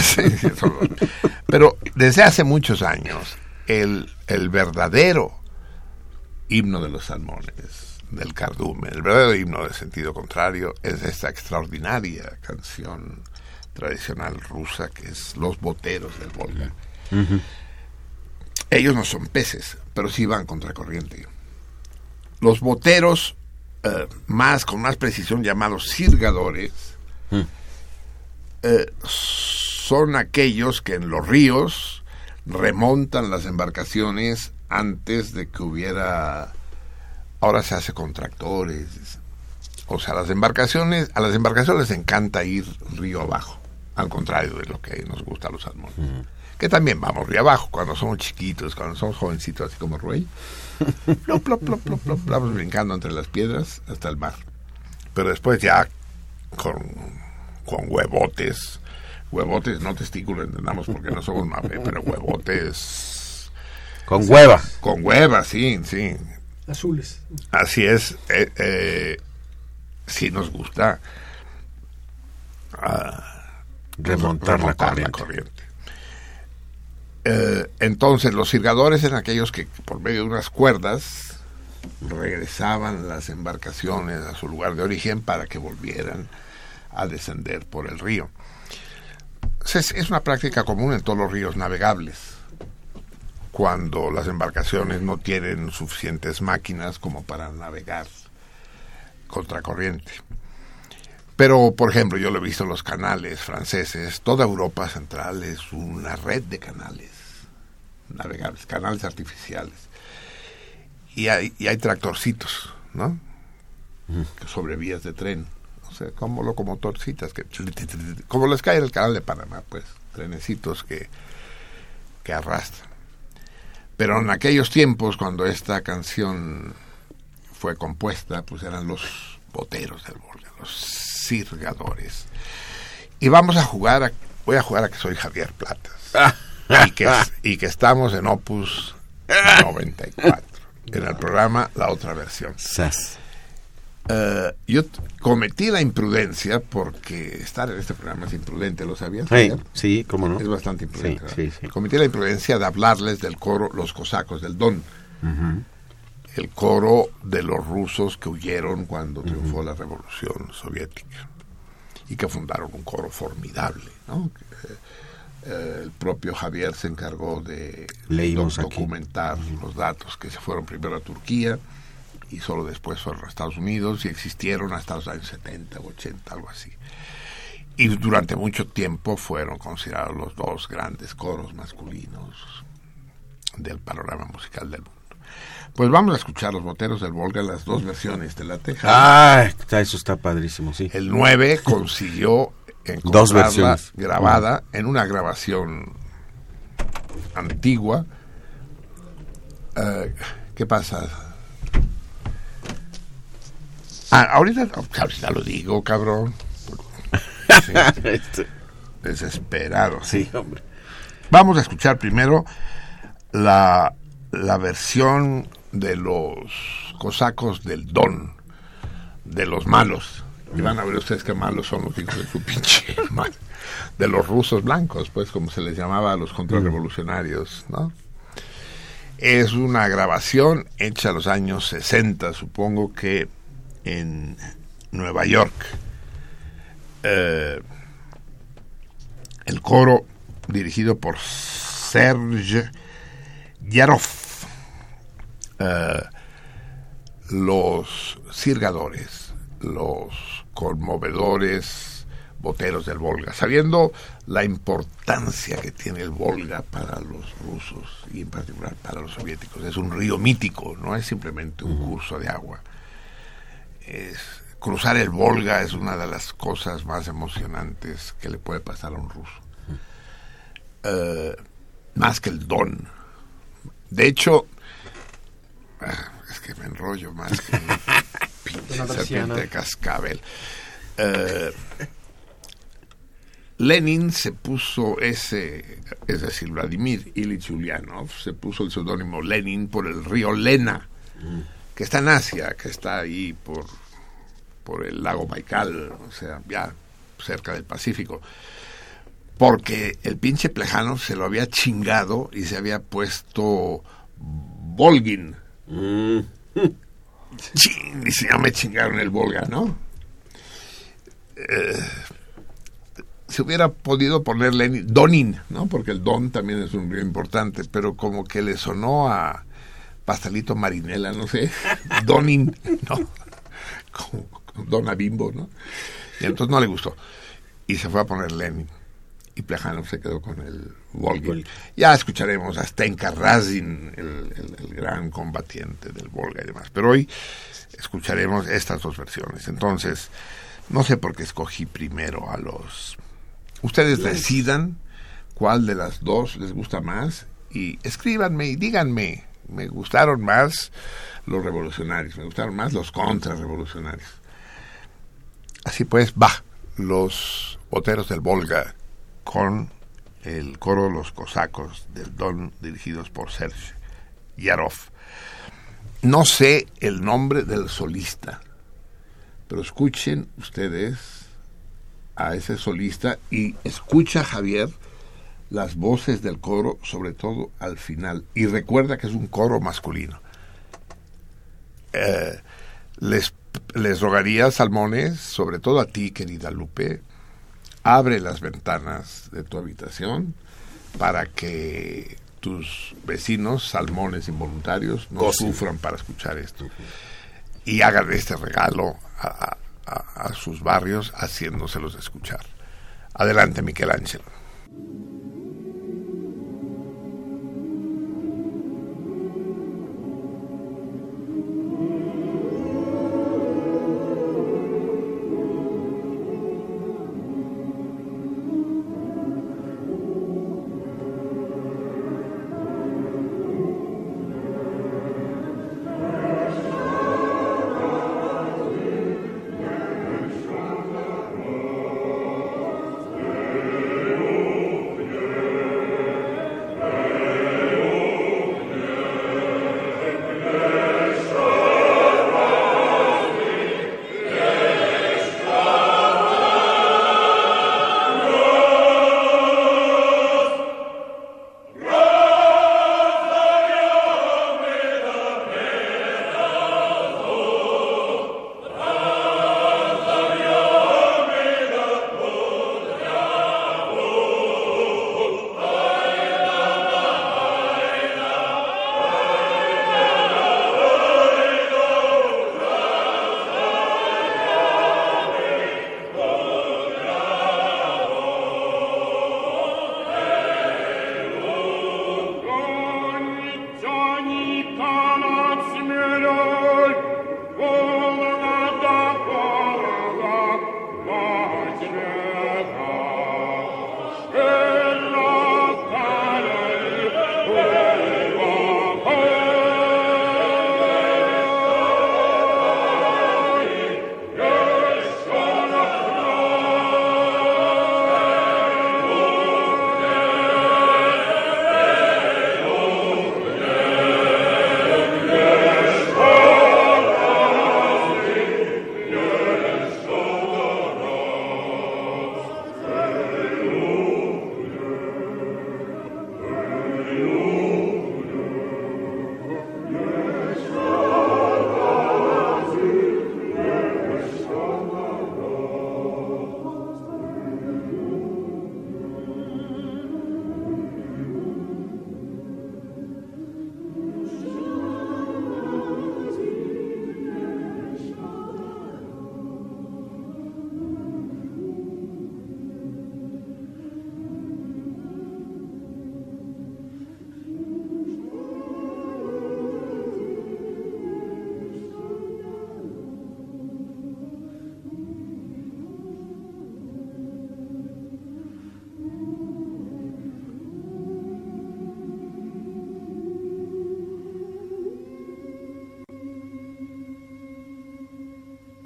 Speaker 2: pero desde hace muchos años el verdadero himno de los salmones, del cardumen, el verdadero himno de sentido contrario es esta extraordinaria canción tradicional rusa que es Los Boteros del Volga. Uh-huh. Ellos no son peces, pero sí van contracorriente. Los boteros, con más precisión llamados sirgadores, son aquellos que en los ríos remontan las embarcaciones antes de que hubiera... Ahora se hace con tractores. O sea, a las embarcaciones les encanta ir río abajo, al contrario de lo que nos gusta a los salmones. Que también vamos río abajo cuando somos chiquitos, cuando somos jovencitos, así como Ruey. Plop, plop, plop, plop, plop, vamos brincando entre las piedras hasta el mar. Pero después ya con huevotes, no testículos, entendamos, porque no somos mape, pero huevotes
Speaker 4: con hueva.
Speaker 2: Con hueva, sí.
Speaker 6: Azules.
Speaker 2: Así es. Sí nos gusta remontar la corriente. Entonces los sirgadores eran aquellos que por medio de unas cuerdas regresaban las embarcaciones a su lugar de origen para que volvieran a descender por el río. Es una práctica común en todos los ríos navegables, cuando las embarcaciones no tienen suficientes máquinas como para navegar contracorriente. Pero, por ejemplo, yo lo he visto en los canales franceses. Toda Europa Central es una red de canales navegables, canales artificiales. Y hay tractorcitos, ¿no? Sobre vías de tren. O sea, como locomotorcitas, como les cae en el canal de Panamá, pues, trenecitos que arrastran. Pero en aquellos tiempos, cuando esta canción fue compuesta, pues eran los boteros del Volga, los sirgadores. Y voy a jugar a que soy Javier Platas. Y que estamos en Opus 94, en el programa La Otra Versión. Yo cometí la imprudencia, porque estar en este programa es imprudente, ¿lo sabías?
Speaker 4: Sí, cómo no.
Speaker 2: Es bastante imprudente.
Speaker 4: Sí.
Speaker 2: Cometí la imprudencia de hablarles del coro Los Cosacos del Don. El coro de los rusos que huyeron cuando triunfó la Revolución Soviética y que fundaron un coro formidable, ¿no? El propio Javier se encargó de documentar los datos, que se fueron primero a Turquía y solo después fueron a Estados Unidos, y existieron hasta los años 70 o 80, algo así. Y durante mucho tiempo fueron considerados los dos grandes coros masculinos del panorama musical del mundo. Pues vamos a escuchar Los Boteros del Volga, las dos versiones de la Teja.
Speaker 4: Eso está padrísimo, sí.
Speaker 2: El 9 consiguió
Speaker 4: dos versiones
Speaker 2: grabada en una grabación antigua. ¿Qué pasa? Ahorita lo digo, cabrón. Sí. Desesperado.
Speaker 4: Sí, hombre.
Speaker 2: Vamos a escuchar primero la versión de los cosacos del Don, de los malos. Y van a ver ustedes qué malos son los hijos de su pinche madre. De los rusos blancos, pues, como se les llamaba a los contrarrevolucionarios, ¿no? Es una grabación hecha a los años 60, supongo que en Nueva York. El coro, dirigido por Serge Yarov. Los sirgadores, los conmovedores boteros del Volga, sabiendo la importancia que tiene el Volga para los rusos y en particular para los soviéticos. Es un río mítico, no es simplemente un curso de agua. Cruzar el Volga es una de las cosas más emocionantes que le puede pasar a un ruso. Más que el Don. De hecho, es que me enrollo más que un pinche serpiente de cascabel. Lenin se puso es decir, Vladimir Ilich Ulyanov se puso el seudónimo Lenin por el río Lena, que está en Asia, que está ahí por el lago Baikal, o sea, ya cerca del Pacífico, porque el pinche Plejánov se lo había chingado y se había puesto Volgin. Dice, ya me chingaron el Volga, ¿no? Se hubiera podido poner Lenin, Donin, ¿no? Porque el Don también es un río importante, pero como que le sonó a Pastelito Marinela, no sé, Donin, ¿no? Como Dona Bimbo, ¿no? Y entonces no le gustó. Y se fue a poner Lenin. Y Plejánov se quedó con el Volga. Ya escucharemos a Stenka Razin, el gran combatiente del Volga y demás. Pero hoy escucharemos estas dos versiones. Entonces, no sé por qué escogí primero a los... Ustedes decidan cuál de las dos les gusta más y escríbanme y díganme, me gustaron más los revolucionarios, me gustaron más los contrarrevolucionarios. Así pues, va, los boteros del Volga con el coro Los Cosacos del Don, dirigidos por Serge Yarov. No sé el nombre del solista, pero escuchen ustedes a ese solista y escucha, Javier, las voces del coro, sobre todo al final. Y recuerda que es un coro masculino. Les rogaría, Salmones, sobre todo a ti, querida Lupe, abre las ventanas de tu habitación para que tus vecinos, salmones involuntarios, no sufran para escuchar esto. Y hagan este regalo a sus barrios haciéndoselos escuchar. Adelante, Michelangelo.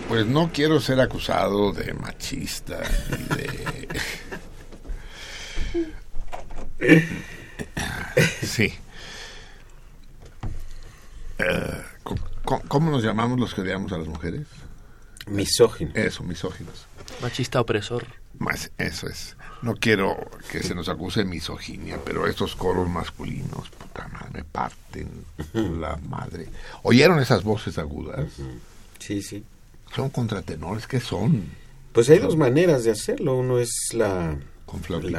Speaker 2: Pues no quiero ser acusado de machista y de... Sí. ¿Cómo nos llamamos los que odiamos a las mujeres?
Speaker 4: Misógino.
Speaker 2: Eso, misóginos.
Speaker 3: Machista opresor.
Speaker 2: Más, eso es. No quiero que se nos acuse de misoginia, pero estos coros masculinos, puta madre, me parten la madre. ¿Oyeron esas voces agudas?
Speaker 4: Sí, sí.
Speaker 2: Son contratenores, ¿qué son?
Speaker 4: Pues hay dos maneras de hacerlo. Uno es la...
Speaker 2: Con flautis.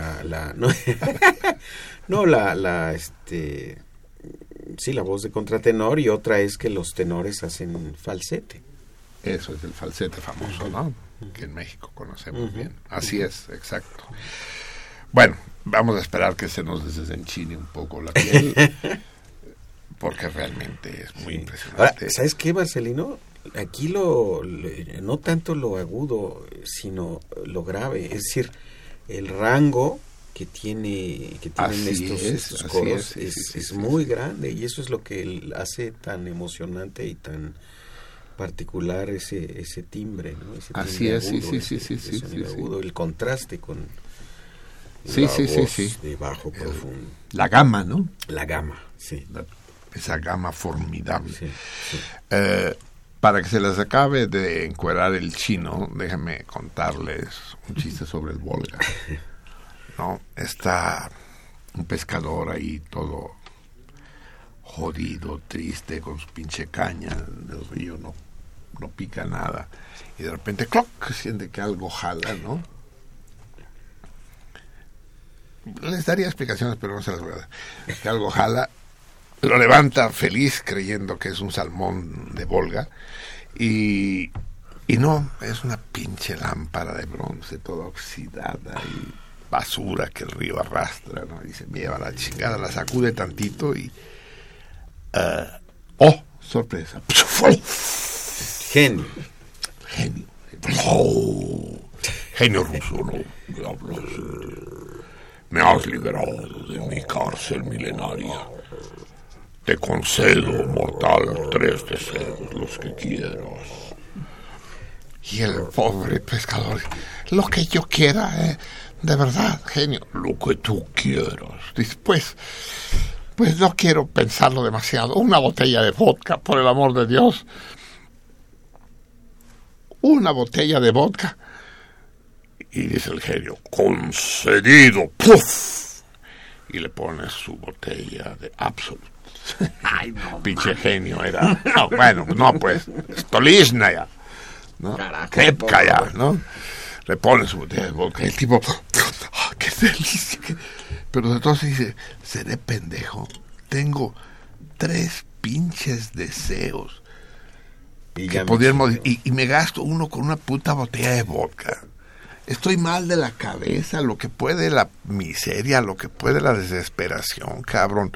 Speaker 4: Sí, la voz de contratenor, y otra es que los tenores hacen falsete.
Speaker 2: Eso es el falsete famoso, ¿no? Que en México conocemos bien. Así es, exacto. Bueno, vamos a esperar que se nos desenchine un poco la piel, porque realmente es muy impresionante.
Speaker 4: Ahora, ¿sabes qué, Marcelino? Aquí no tanto lo agudo, sino lo grave. Es decir, el rango que tienen estos coros es muy grande, y eso es lo que hace tan emocionante y tan particular ese timbre, ¿no? Ese timbre
Speaker 2: así es,
Speaker 4: agudo,
Speaker 2: sí,
Speaker 4: agudo, el contraste con
Speaker 2: sí,
Speaker 4: de bajo profundo.
Speaker 2: La gama, ¿no?
Speaker 4: La gama, sí.
Speaker 2: Esa gama formidable.
Speaker 4: Sí.
Speaker 2: Para que se les acabe de encuerar el chino, déjenme contarles un chiste sobre el Volga. ¿No? Está un pescador ahí todo jodido, triste, con su pinche caña del río, no pica nada, y de repente ¡cloc!, siente que algo jala, ¿no? Les daría explicaciones, pero no se las voy a dar. Que algo jala, lo levanta feliz creyendo que es un salmón de Volga, y no, es una pinche lámpara de bronce toda oxidada y basura que el río arrastra, ¿no? Y se me lleva la chingada, la sacude tantito y ¡oh, sorpresa!
Speaker 4: Genio
Speaker 2: ruso, ¿no? Me has liberado de mi cárcel milenaria. Te concedo, mortal, 3 deseos, los que quieras. Y el pobre pescador, lo que yo quiera, de verdad, genio, lo que tú quieras. Dice, pues no quiero pensarlo demasiado. Una botella de vodka, por el amor de Dios. Una botella de vodka. Y dice el genio, concedido. ¡Puf! Y le pone su botella de Absolut. Ay, no. Pinche genio era. No, bueno, no, pues, Stoliznaya, ¿no? Krepkaya, ¿no? Le pone su botella de vodka. El tipo, ¡oh, qué delicia! Pero entonces dice, seré pendejo. Tengo 3 pinches deseos que podrían morir, y me gasto uno con una puta botella de vodka. Estoy mal de la cabeza, lo que puede la miseria, lo que puede la desesperación, cabrón.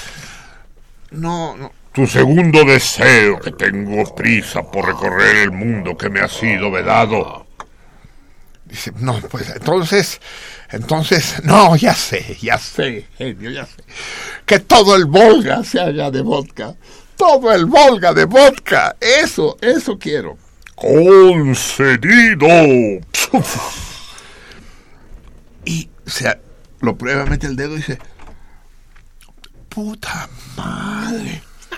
Speaker 2: No. Tu segundo deseo, que tengo prisa por recorrer el mundo que me ha sido vedado. Dice, no, pues entonces, no, ya sé, genio, ya sé. Que todo el Volga se haga de vodka. Todo el Volga de vodka. Eso quiero. Concedido. Y lo prueba, mete el dedo y dice, puta madre.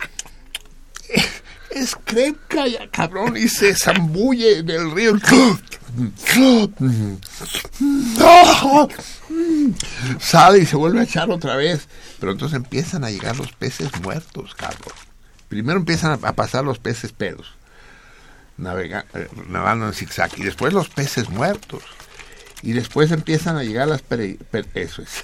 Speaker 2: Es Krepkaya, cabrón, y se zambulle en el río. Sale y se vuelve a echar otra vez. Pero entonces empiezan a llegar los peces muertos, cabrón. Primero empiezan a pasar los peces pedos, navegando en zigzag, y después los peces muertos, y después empiezan a llegar las eso es.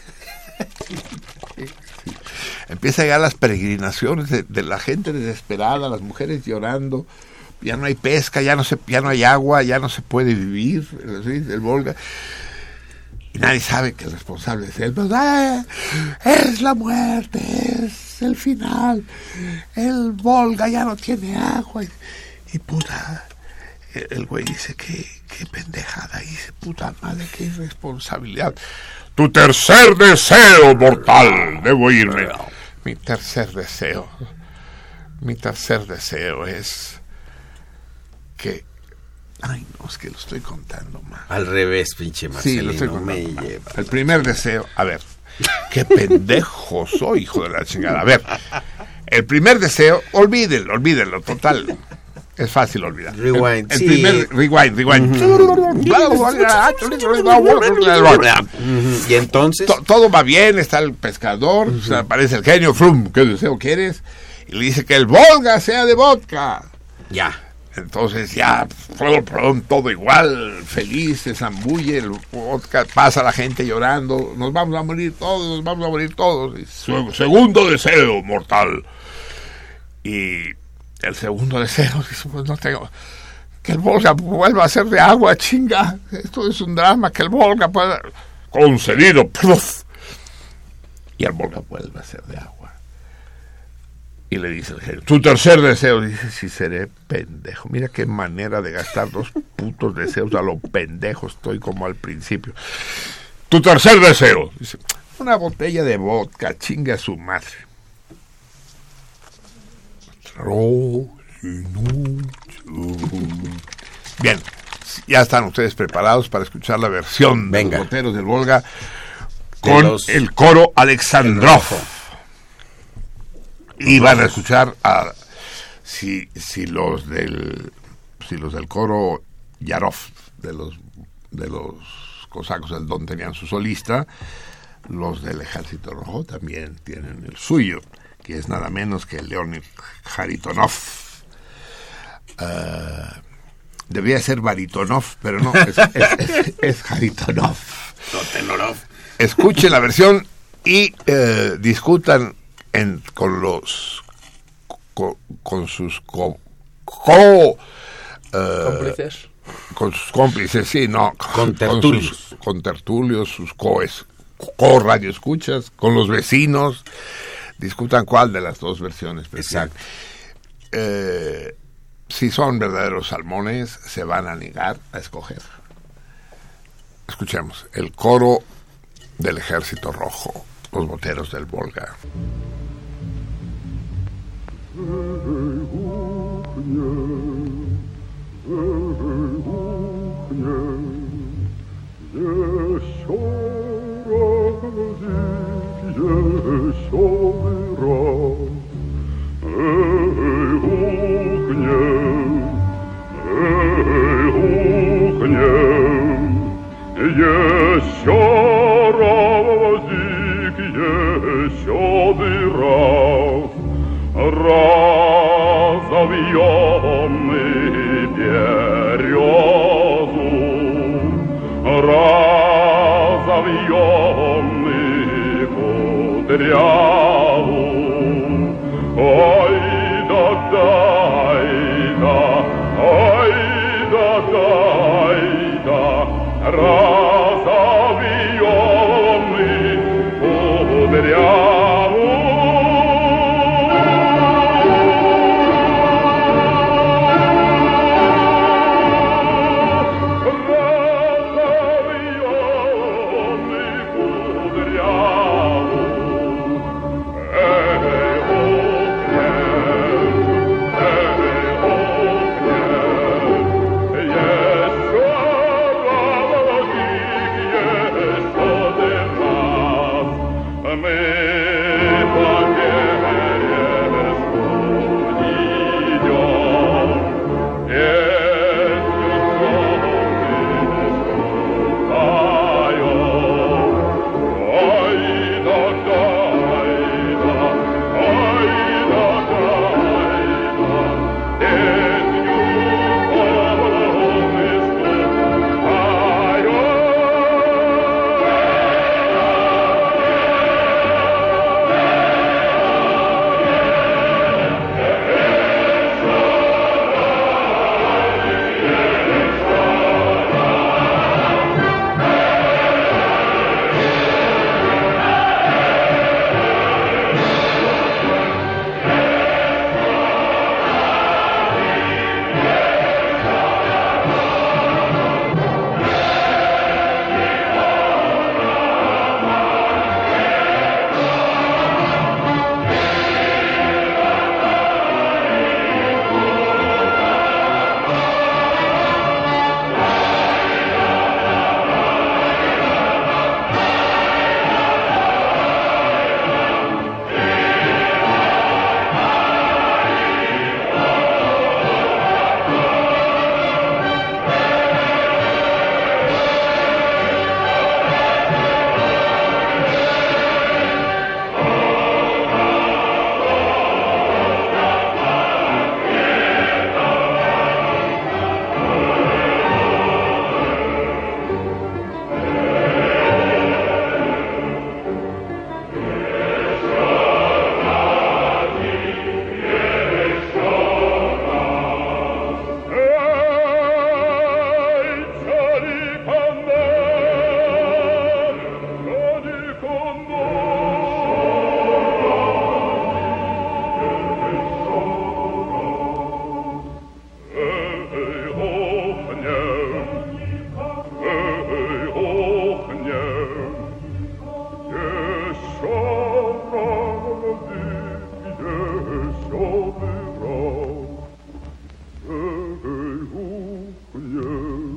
Speaker 2: Empieza a llegar las peregrinaciones de la gente desesperada, las mujeres llorando. Ya no hay pesca, ya no hay agua, ya no se puede vivir, el Volga. Y nadie sabe que el responsable es él. Es la muerte, es el final. El Volga ya no tiene agua. Y puta, el güey dice, qué pendejada. Y dice, puta madre, qué irresponsabilidad. Tu tercer deseo, mortal, debo irme. Mi tercer deseo es que Ay, no, es que lo estoy contando mal.
Speaker 4: Al revés, pinche Marcelino.
Speaker 2: Sí, lo estoy contando mal.
Speaker 4: lleva.
Speaker 2: El primer deseo, a ver, qué pendejo soy, hijo de la chingada. A ver, el primer deseo, olvídenlo, total. Es fácil olvidar.
Speaker 4: Rewind,
Speaker 2: el
Speaker 4: sí.
Speaker 2: primer rewind.
Speaker 4: Y entonces
Speaker 2: Todo va bien, está el pescador, aparece el genio, Frum, ¿qué deseo quieres? Y le dice que el Volga sea de vodka.
Speaker 4: ya.
Speaker 2: Entonces ya, todo igual, feliz, se zambulle, el vodka, pasa la gente llorando, nos vamos a morir todos. Y segundo deseo, mortal. Y el segundo deseo, dice, pues no tengo, que el Volga vuelva a ser de agua, chinga, esto es un drama, que el Volga pueda, concedido, ¡pluf! Y el Volga vuelve a ser de agua. Y le dice el genio, tu tercer deseo. Dice, sí, seré pendejo. Mira qué manera de gastar 2 putos deseos a lo pendejo. Estoy como al principio. Tu tercer deseo. Dice, una botella de vodka, chinga su madre. Bien, ya están ustedes preparados para escuchar la versión de
Speaker 4: Venga.
Speaker 2: los boteros del Volga con el coro Alexandrov. Y van a escuchar a si los del coro Yarov de los cosacos del Don tenían su solista, los del Ejército Rojo también tienen el suyo, que es nada menos que Leonid Kharitonov. Debía ser Baritonov, pero no, es Kharitonov.
Speaker 4: No, Tenorov.
Speaker 2: Escuchen la versión y discutan con sus
Speaker 3: ¿Cómplices?
Speaker 2: Con sus cómplices, sí, no.
Speaker 4: Con tertulios.
Speaker 2: Con tertulios, sus radio escuchas, con los vecinos. Discutan cuál de las dos versiones.
Speaker 4: Exacto.
Speaker 2: Si son verdaderos salmones, se van a negar a escoger. Escuchemos el coro del Ejército Rojo, los boteros del Volga.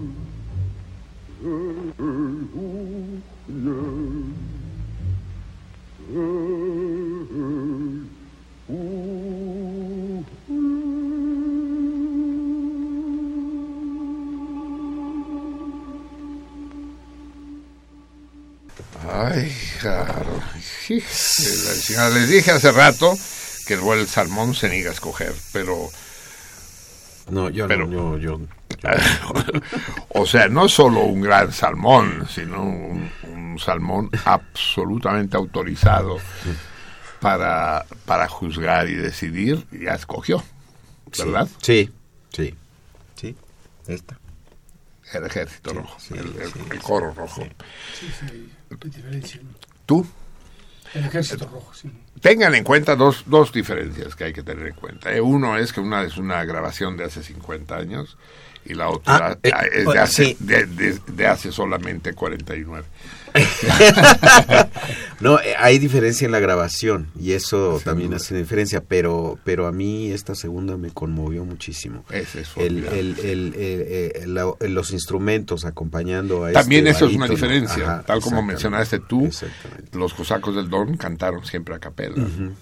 Speaker 2: Ay, claro. Sí. Les dije hace rato que el salmón se niega a escoger, pero...
Speaker 4: No, yo.
Speaker 2: O sea, no solo un gran salmón, sino un salmón absolutamente autorizado para juzgar y decidir, ya escogió, ¿verdad?
Speaker 4: Sí. Esta.
Speaker 2: El ejército
Speaker 4: Sí,
Speaker 2: rojo,
Speaker 4: sí,
Speaker 2: el coro rojo.
Speaker 6: Sí, hay diferencia, ¿no?
Speaker 2: ¿Tú?
Speaker 6: El ejército rojo, sí.
Speaker 2: Tengan en cuenta dos diferencias que hay que tener en cuenta. Uno es que una es una grabación de hace 50 años y la otra es de hace solamente 49.
Speaker 4: No, hay diferencia en la grabación y eso también hace diferencia, pero a mí esta segunda me conmovió muchísimo.
Speaker 2: Es eso.
Speaker 4: Los instrumentos acompañando a
Speaker 2: también
Speaker 4: este
Speaker 2: eso es una
Speaker 4: barítono.
Speaker 2: diferencia.
Speaker 4: Ajá,
Speaker 2: tal como mencionaste tú,
Speaker 4: exactamente.
Speaker 2: los cosacos del Don cantaron siempre a capela.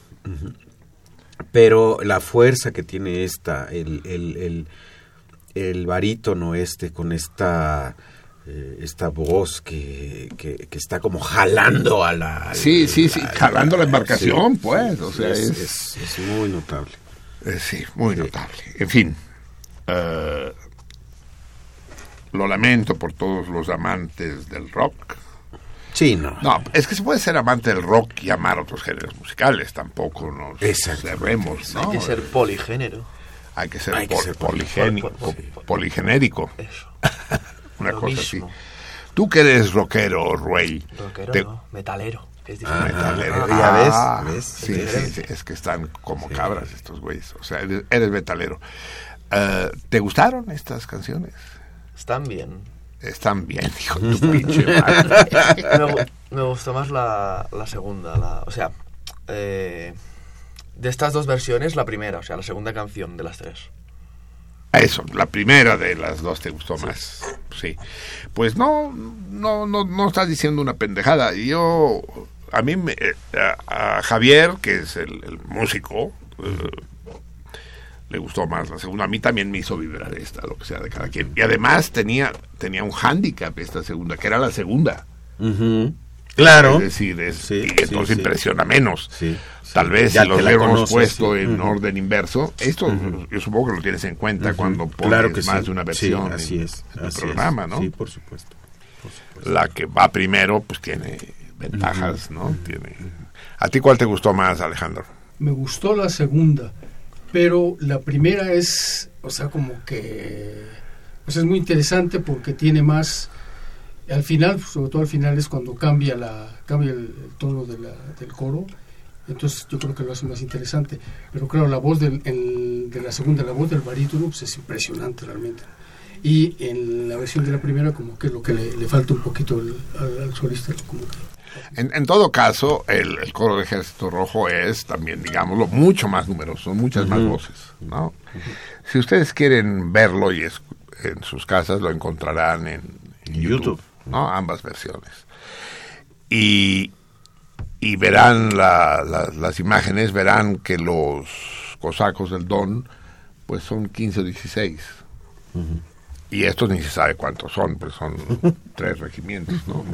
Speaker 4: Pero la fuerza que tiene el barítono con esta voz que está como jalando a la...
Speaker 2: Sí, jalando la embarcación, pues. O sea,
Speaker 4: es muy notable.
Speaker 2: Sí, muy notable. En fin, lo lamento por todos los amantes del rock.
Speaker 4: Sí, no.
Speaker 2: No, es que se puede ser amante del rock y amar otros géneros musicales, tampoco nos cerremos, ¿no?
Speaker 3: Hay que ser poligénero.
Speaker 2: Hay que ser
Speaker 3: poligénico.
Speaker 2: Poligenérico.
Speaker 3: Eso.
Speaker 2: Una
Speaker 3: Lo
Speaker 2: cosa
Speaker 3: mismo.
Speaker 2: así. Tú que eres rockero, Rey.
Speaker 3: Rockero no, metalero. Es
Speaker 2: Ah,
Speaker 3: diferente.
Speaker 2: metalero.
Speaker 4: Ya ves.
Speaker 2: Sí, es que están como cabras estos güeyes. O sea, eres metalero. ¿Te gustaron estas canciones?
Speaker 3: Están bien.
Speaker 2: Están bien, hijo de tu pinche madre.
Speaker 3: Me gustó más la segunda. O sea, de estas dos versiones, la primera, o sea, la segunda canción de las tres.
Speaker 2: Eso, la primera de las dos te gustó más. Sí. Pues no estás diciendo una pendejada. A Javier, que es el músico, le gustó más la segunda. A mí también me hizo vibrar esta, lo que sea de cada quien. Y además tenía un hándicap esta segunda, que era la segunda.
Speaker 4: Claro.
Speaker 2: Es decir, entonces impresiona menos.
Speaker 4: Sí.
Speaker 2: Tal vez
Speaker 4: Ya
Speaker 2: si lo
Speaker 4: que la
Speaker 2: hubiéramos
Speaker 4: conoces,
Speaker 2: puesto
Speaker 4: sí.
Speaker 2: en orden inverso, esto yo supongo que lo tienes en cuenta cuando pones
Speaker 4: Claro que
Speaker 2: más
Speaker 4: sí.
Speaker 2: de una versión
Speaker 4: así
Speaker 2: en
Speaker 4: es.
Speaker 2: el programa, ¿no?
Speaker 4: Sí, por supuesto.
Speaker 2: La que va primero, pues tiene ventajas, ¿no? ¿A ti cuál te gustó más, Alejandro?
Speaker 6: Me gustó la segunda, pero la primera es, o sea, como que pues es muy interesante porque tiene más, al final, sobre todo al final es cuando cambia el tono del coro. Entonces yo creo que lo hace más interesante, pero claro, la voz de la segunda, la voz del barítono, pues es impresionante realmente, y en la versión de la primera como que lo que le falta un poquito al solista, como que...
Speaker 2: En todo caso, el coro de Ejército Rojo es también, digámoslo, mucho más numeroso, son muchas más voces, ¿no? Si ustedes quieren verlo y en sus casas, lo encontrarán en YouTube, ¿no? Ambas versiones. Y verán las imágenes, verán que los cosacos del Don pues son 15 o 16. Y estos ni se sabe cuántos son, pues son 3 regimientos, ¿no?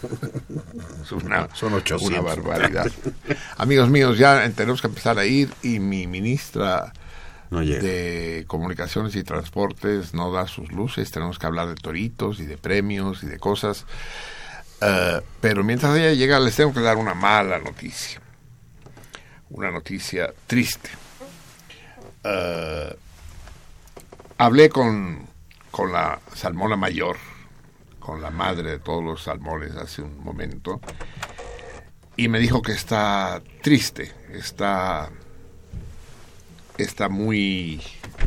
Speaker 4: Son 800.
Speaker 2: Una barbaridad. Amigos míos, ya tenemos que empezar a ir y mi ministra de Comunicaciones y Transportes no da sus luces. Tenemos que hablar de toritos y de premios y de cosas. Pero mientras ella llega les tengo que dar una mala noticia, una noticia triste. Hablé con la salmona mayor, con la madre de todos los salmones hace un momento, y me dijo que está triste, está muy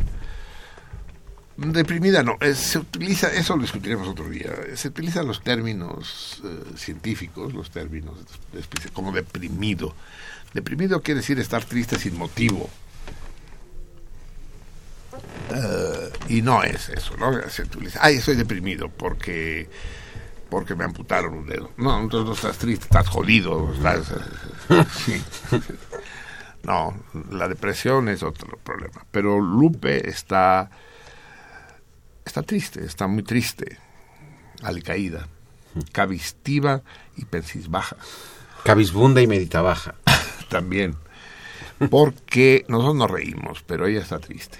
Speaker 2: deprimida. No, se utiliza, eso lo discutiremos otro día, se utilizan los términos científicos, los términos como deprimido. Deprimido quiere decir estar triste sin motivo. Y no es eso, ¿no? Tú le dices, ay, estoy deprimido porque me amputaron un dedo. No, entonces no estás triste, estás jodido, sí. No, la depresión es otro problema. Pero Lupe está triste, está muy triste, alicaída, cabistiva y pensisbaja.
Speaker 4: Cabizbunda y meditabaja.
Speaker 2: También, porque nosotros nos reímos, pero ella está triste.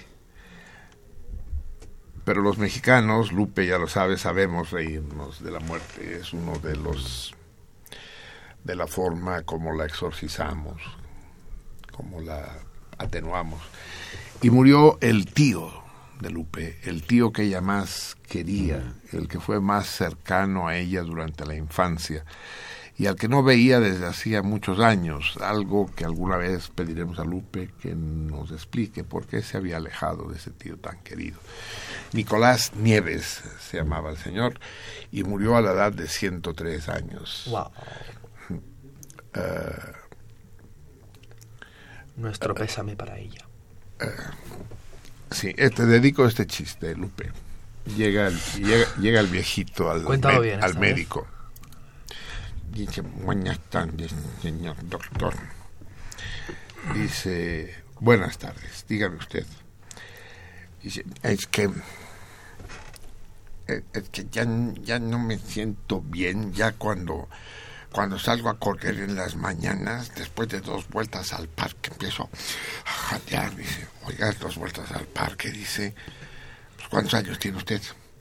Speaker 2: Pero los mexicanos, Lupe ya lo sabe, sabemos reírnos de la muerte. Es uno de la forma como la exorcizamos, como la atenuamos. Y murió el tío de Lupe, el tío que ella más quería, el que fue más cercano a ella durante la infancia y al que no veía desde hacía muchos años, algo que alguna vez pediremos a Lupe que nos explique por qué se había alejado de ese tío tan querido. Nicolás Nieves se llamaba el señor y murió a la edad de 103 años.
Speaker 3: Wow. Nuestro pésame para ella.
Speaker 2: Sí, te dedico este chiste, Lupe. Llega el viejito al médico. Dice, buenas tardes, señor doctor. Dice, buenas tardes, dígame usted. Dice, es que ya no me siento bien, ya cuando salgo a correr en las mañanas, después de 2 vueltas al parque, empiezo a jadear. Dice, oiga, 2 vueltas al parque, dice, pues, ¿cuántos años tiene usted?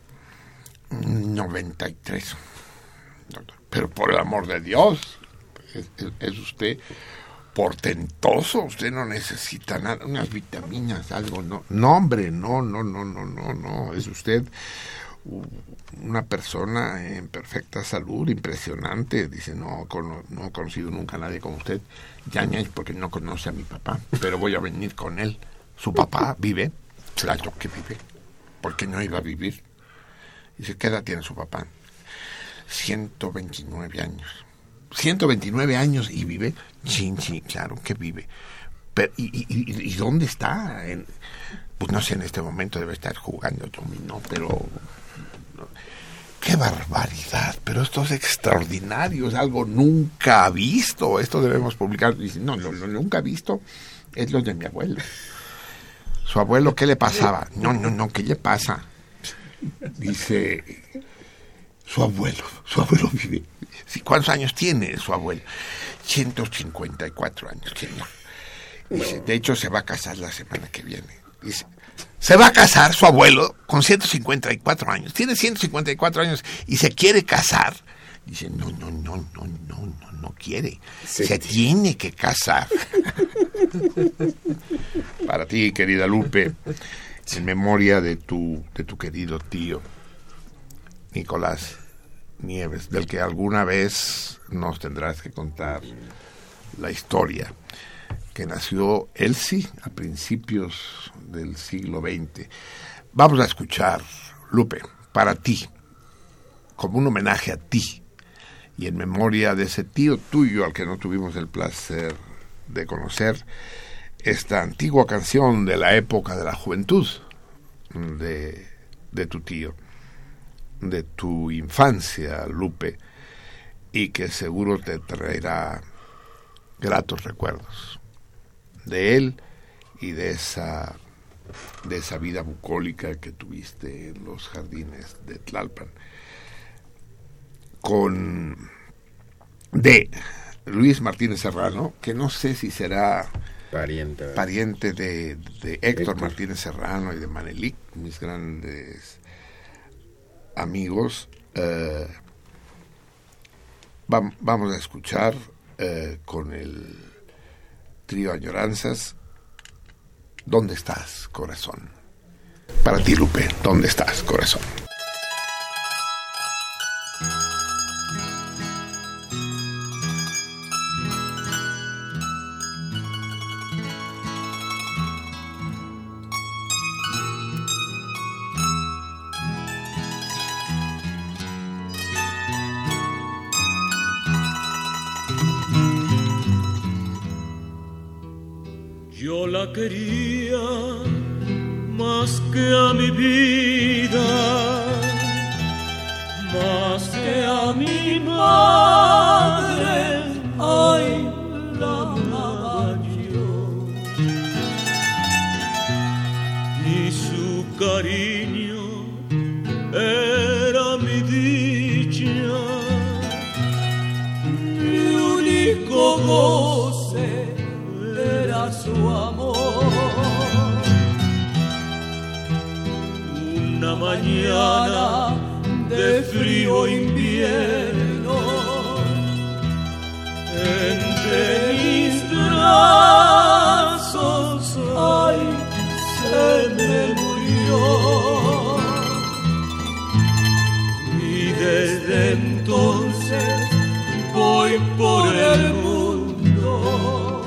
Speaker 2: 93. Doctor, pero por el amor de Dios, es usted portentoso, usted no necesita nada, unas vitaminas, algo, no, hombre, no, es usted una persona en perfecta salud, impresionante. Dice, no he conocido nunca a nadie como usted. Ya es porque no conoce a mi papá, pero voy a venir con él. ¿Su papá vive? Claro que vive. ¿Por qué no iba a vivir? Dice, ¿qué edad tiene su papá? 129 años. 129 años y vive. Sí, claro que vive. Pero, ¿y dónde está? Pues no sé, en este momento debe estar jugando dominó, pero ¡qué barbaridad! Pero esto es extraordinario, es algo nunca visto. Esto debemos publicar. Dice, no, nunca visto es lo de mi abuelo. Su abuelo, ¿qué le pasaba? No, ¿qué le pasa? Dice, su abuelo vive. ¿Cuántos años tiene su abuelo? 154 años, señor. Dice, de hecho, se va a casar la semana que viene. Dice, se va a casar su abuelo con 154 años. Tiene 154 años y se quiere casar. Dice, no quiere. Se tiene que casar. Para ti, querida Lupe, en memoria de tu querido tío, Nicolás Nieves, del que alguna vez nos tendrás que contar la historia, que nació él sí a principios del siglo XX. Vamos a escuchar, Lupe, para ti, como un homenaje a ti y en memoria de ese tío tuyo al que no tuvimos el placer de conocer, esta antigua canción de la época de la juventud de tu tío, de tu infancia, Lupe, y que seguro te traerá gratos recuerdos de él y de esa vida bucólica que tuviste en los jardines de Tlalpan. De Luis Martínez Serrano, que no sé si será pariente de Héctor Martínez Serrano y de Manelik, mis grandes amigos. Vamos a escuchar con el trío Añoranzas, ¿dónde estás, corazón? Para ti, Lupe, ¿dónde estás, corazón?
Speaker 7: Yo la quería más que a mi vida, más que a mi madre, ay, la amaba yo. Y su cariño era mi dicha, mi único goce era su amor. Una mañana de frío invierno, entre mis brazos, ay, se me murió. Y desde entonces voy por el mundo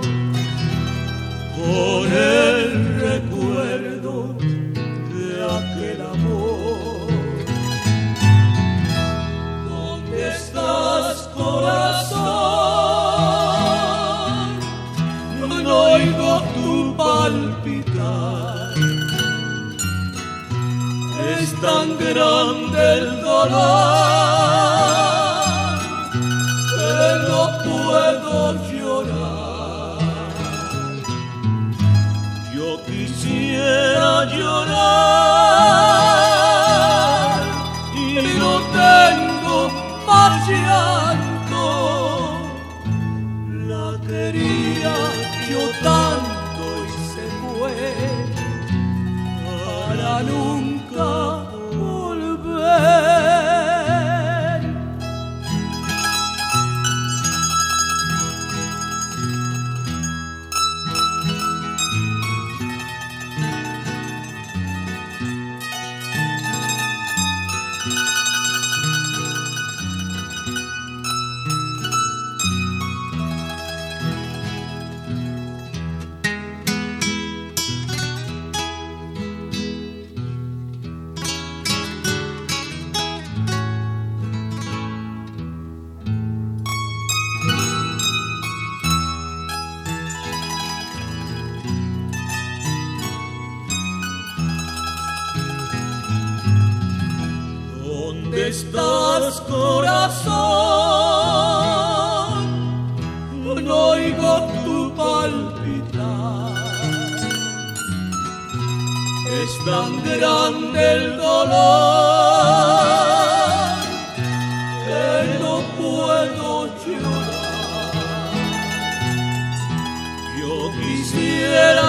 Speaker 7: con el recuerdo de aquel amor. ¿Dónde estás, corazón? No oigo tu palpitar. Es tan grande el dolor que no puedo llorar. Yo quisiera llorar y no tengo más llanto. La quería yo tanto y se fue para nunca volver. ¿Dónde estás, corazón? No oigo tu palpitar. Es tan grande el dolor que no puedo llorar. Yo quisiera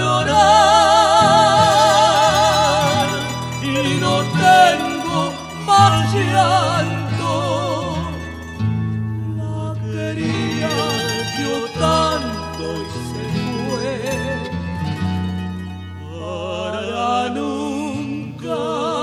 Speaker 7: llorar y no tengo más llanto. La quería yo tanto y se fue para nunca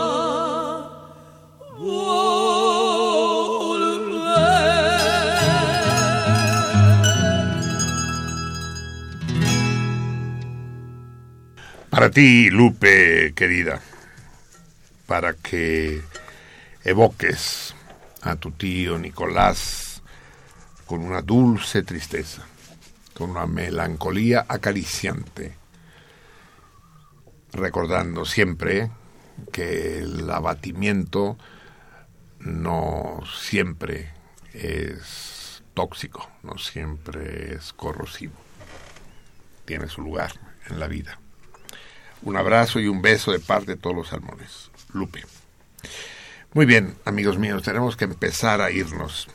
Speaker 7: volver.
Speaker 2: Para ti, Lupe, querida, para que evoques a tu tío Nicolás con una dulce tristeza, con una melancolía acariciante, recordando siempre que el abatimiento no siempre es tóxico, no siempre es corrosivo, tiene su lugar en la vida. Un abrazo y un beso de parte de todos los salmones. Lupe. Muy bien, amigos míos, tenemos que empezar a irnos.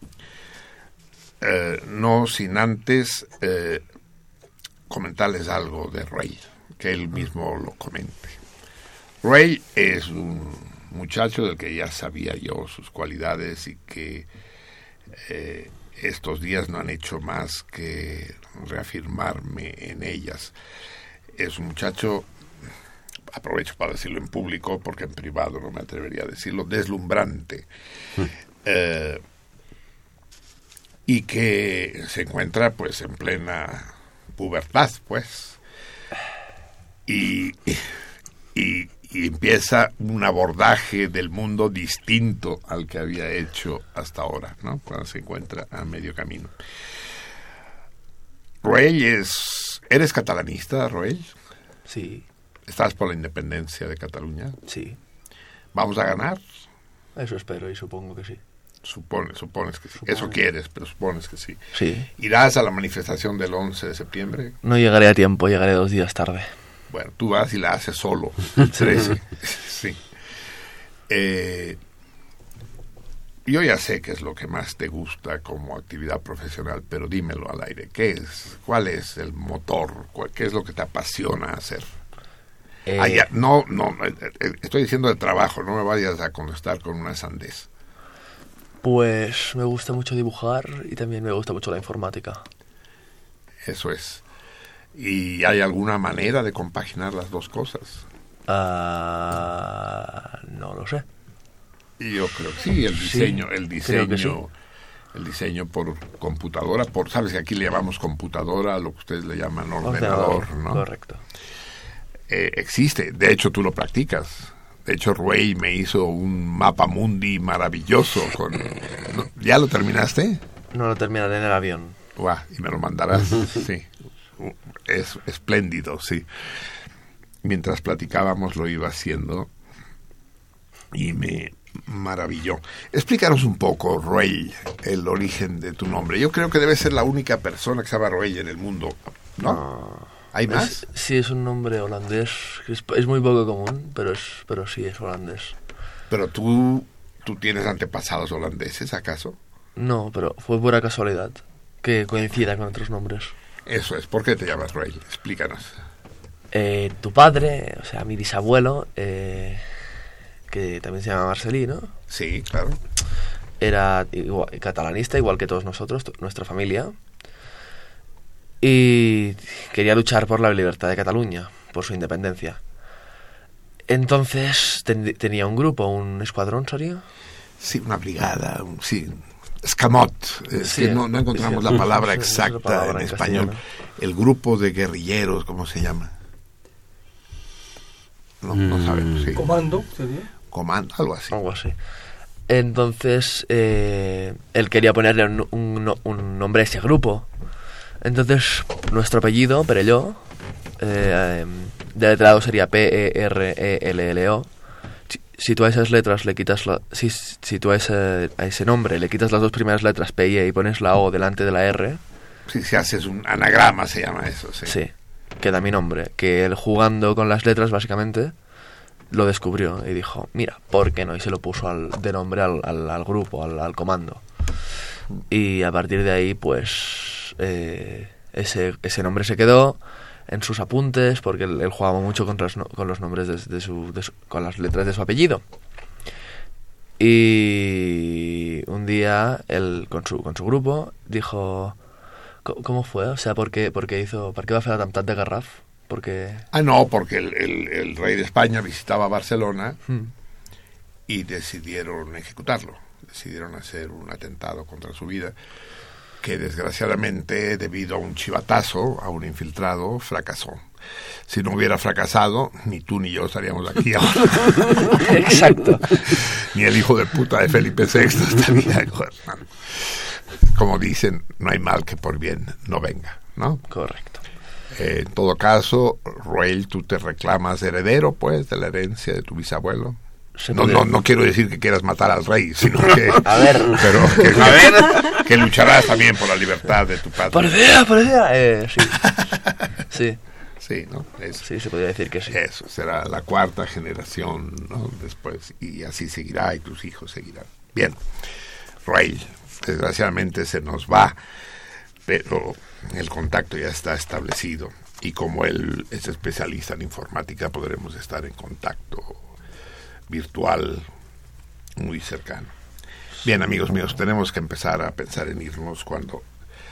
Speaker 2: No sin antes comentarles algo de Ray, que él mismo lo comente. Ray es un muchacho del que ya sabía yo sus cualidades y que estos días no han hecho más que reafirmarme en ellas. Es un muchacho, aprovecho para decirlo en público porque en privado no me atrevería a decirlo, deslumbrante, y que se encuentra pues en plena pubertad, pues, y empieza un abordaje del mundo distinto al que había hecho hasta ahora, ¿no? Cuando se encuentra a medio camino. Roell ¿eres catalanista, Roell?
Speaker 3: Sí.
Speaker 2: ¿Estás por la independencia de Cataluña?
Speaker 3: Sí,
Speaker 2: ¿Vamos a ganar?
Speaker 3: eso espero y supongo que sí.
Speaker 2: Supones que sí. Eso quieres, pero supones que sí.
Speaker 3: Sí.
Speaker 2: ¿Irás a la manifestación del 11 de septiembre?
Speaker 3: No llegaré a tiempo, llegaré 2 días tarde.
Speaker 2: Bueno, tú vas y la haces solo. 13. Sí. Yo ya sé qué es lo que más te gusta como actividad profesional, pero dímelo al aire. ¿Qué es? ¿Cuál es el motor? ¿Qué es lo que te apasiona hacer? No, estoy diciendo de trabajo, no me vayas a contestar con una sandez.
Speaker 3: Pues me gusta mucho dibujar y también me gusta mucho la informática.
Speaker 2: Eso es. ¿Y hay alguna manera de compaginar las dos cosas?
Speaker 3: No lo sé.
Speaker 2: Yo creo que sí, el diseño,
Speaker 3: sí.
Speaker 2: El diseño por computadora, sabes que aquí le llamamos computadora a lo que ustedes le llaman ordenador, ¿no?
Speaker 3: Correcto.
Speaker 2: Existe, de hecho tú lo practicas. De hecho Ruey me hizo un mapa mundi maravilloso ¿Ya lo terminaste?
Speaker 3: No lo terminaré en el avión.
Speaker 2: Y me lo mandarás. Sí. Es espléndido, sí. Mientras platicábamos lo iba haciendo y me maravilló. Explícanos un poco, Ruey, el origen de tu nombre. Yo creo que debe ser la única persona que se llama Ruey en el mundo, ¿no? ¿Hay más?
Speaker 3: Sí, es un nombre holandés. Es muy poco común, pero sí es holandés.
Speaker 2: ¿Pero tú tienes antepasados holandeses, acaso?
Speaker 3: No, pero fue pura casualidad que coincida con otros nombres.
Speaker 2: Eso es. ¿Por qué te llamas Ruey? Explícanos.
Speaker 3: Tu padre, o sea, mi bisabuelo, que también se llama Marcelino.
Speaker 2: Sí, claro.
Speaker 3: Era catalanista, igual que todos nosotros, nuestra familia. Y quería luchar por la libertad de Cataluña, por su independencia. Entonces tenía un grupo, un escuadrón, ¿sería?
Speaker 2: Sí, una brigada, sí. Escamot,
Speaker 3: Sí,
Speaker 2: que no encontramos la palabra exacta
Speaker 3: palabra
Speaker 2: en
Speaker 3: en
Speaker 2: español.
Speaker 3: castellano.
Speaker 2: El grupo de guerrilleros, ¿cómo se llama? No sabemos, sí.
Speaker 6: Comando, ¿sería?
Speaker 2: Comando, algo así.
Speaker 3: Algo así. Entonces, él quería ponerle un nombre a ese grupo. Entonces, nuestro apellido, Perelló, deletrado sería Perello. Si tú a esas letras le quitas si tú a ese nombre le quitas las 2 primeras letras P y E y pones la O delante de la R,
Speaker 2: Sí, si haces un anagrama se llama eso, sí.
Speaker 3: sí, queda mi nombre. Que él, jugando con las letras, básicamente lo descubrió y dijo, mira, ¿por qué no? Y se lo puso de nombre al grupo, al comando. Y a partir de ahí, pues ese nombre se quedó en sus apuntes, porque él jugaba mucho con los nombres con las letras de su apellido. Y un día él con su grupo dijo, ¿cómo fue? O sea, ¿por qué va a hacer la de Garraf? Porque
Speaker 2: el rey de España visitaba Barcelona y decidieron ejecutarlo. Decidieron hacer un atentado contra su vida, que desgraciadamente, debido a un chivatazo, a un infiltrado, fracasó. Si no hubiera fracasado, ni tú ni yo estaríamos aquí ahora.
Speaker 3: Exacto.
Speaker 2: Ni el hijo de puta de Felipe VI estaría gobernando. Como dicen, no hay mal que por bien no venga, ¿no?
Speaker 3: Correcto.
Speaker 2: En todo caso, Ruey, tú te reclamas heredero, pues, de la herencia de tu bisabuelo. No quiero decir que quieras matar al rey, sino que...
Speaker 3: A ver.
Speaker 2: Pero que lucharás también por la libertad de tu patria.
Speaker 3: Parecía. Sí. Sí.
Speaker 2: Sí, ¿no?
Speaker 3: Sí, se podría decir que sí.
Speaker 2: Eso, será la 4ª generación, ¿no? Después, y así seguirá, y tus hijos seguirán. Bien, Ruey, desgraciadamente se nos va, pero el contacto ya está establecido, y como él es especialista en informática, podremos estar en contacto virtual muy cercano. Bien, amigos míos, tenemos que empezar a pensar en irnos cuando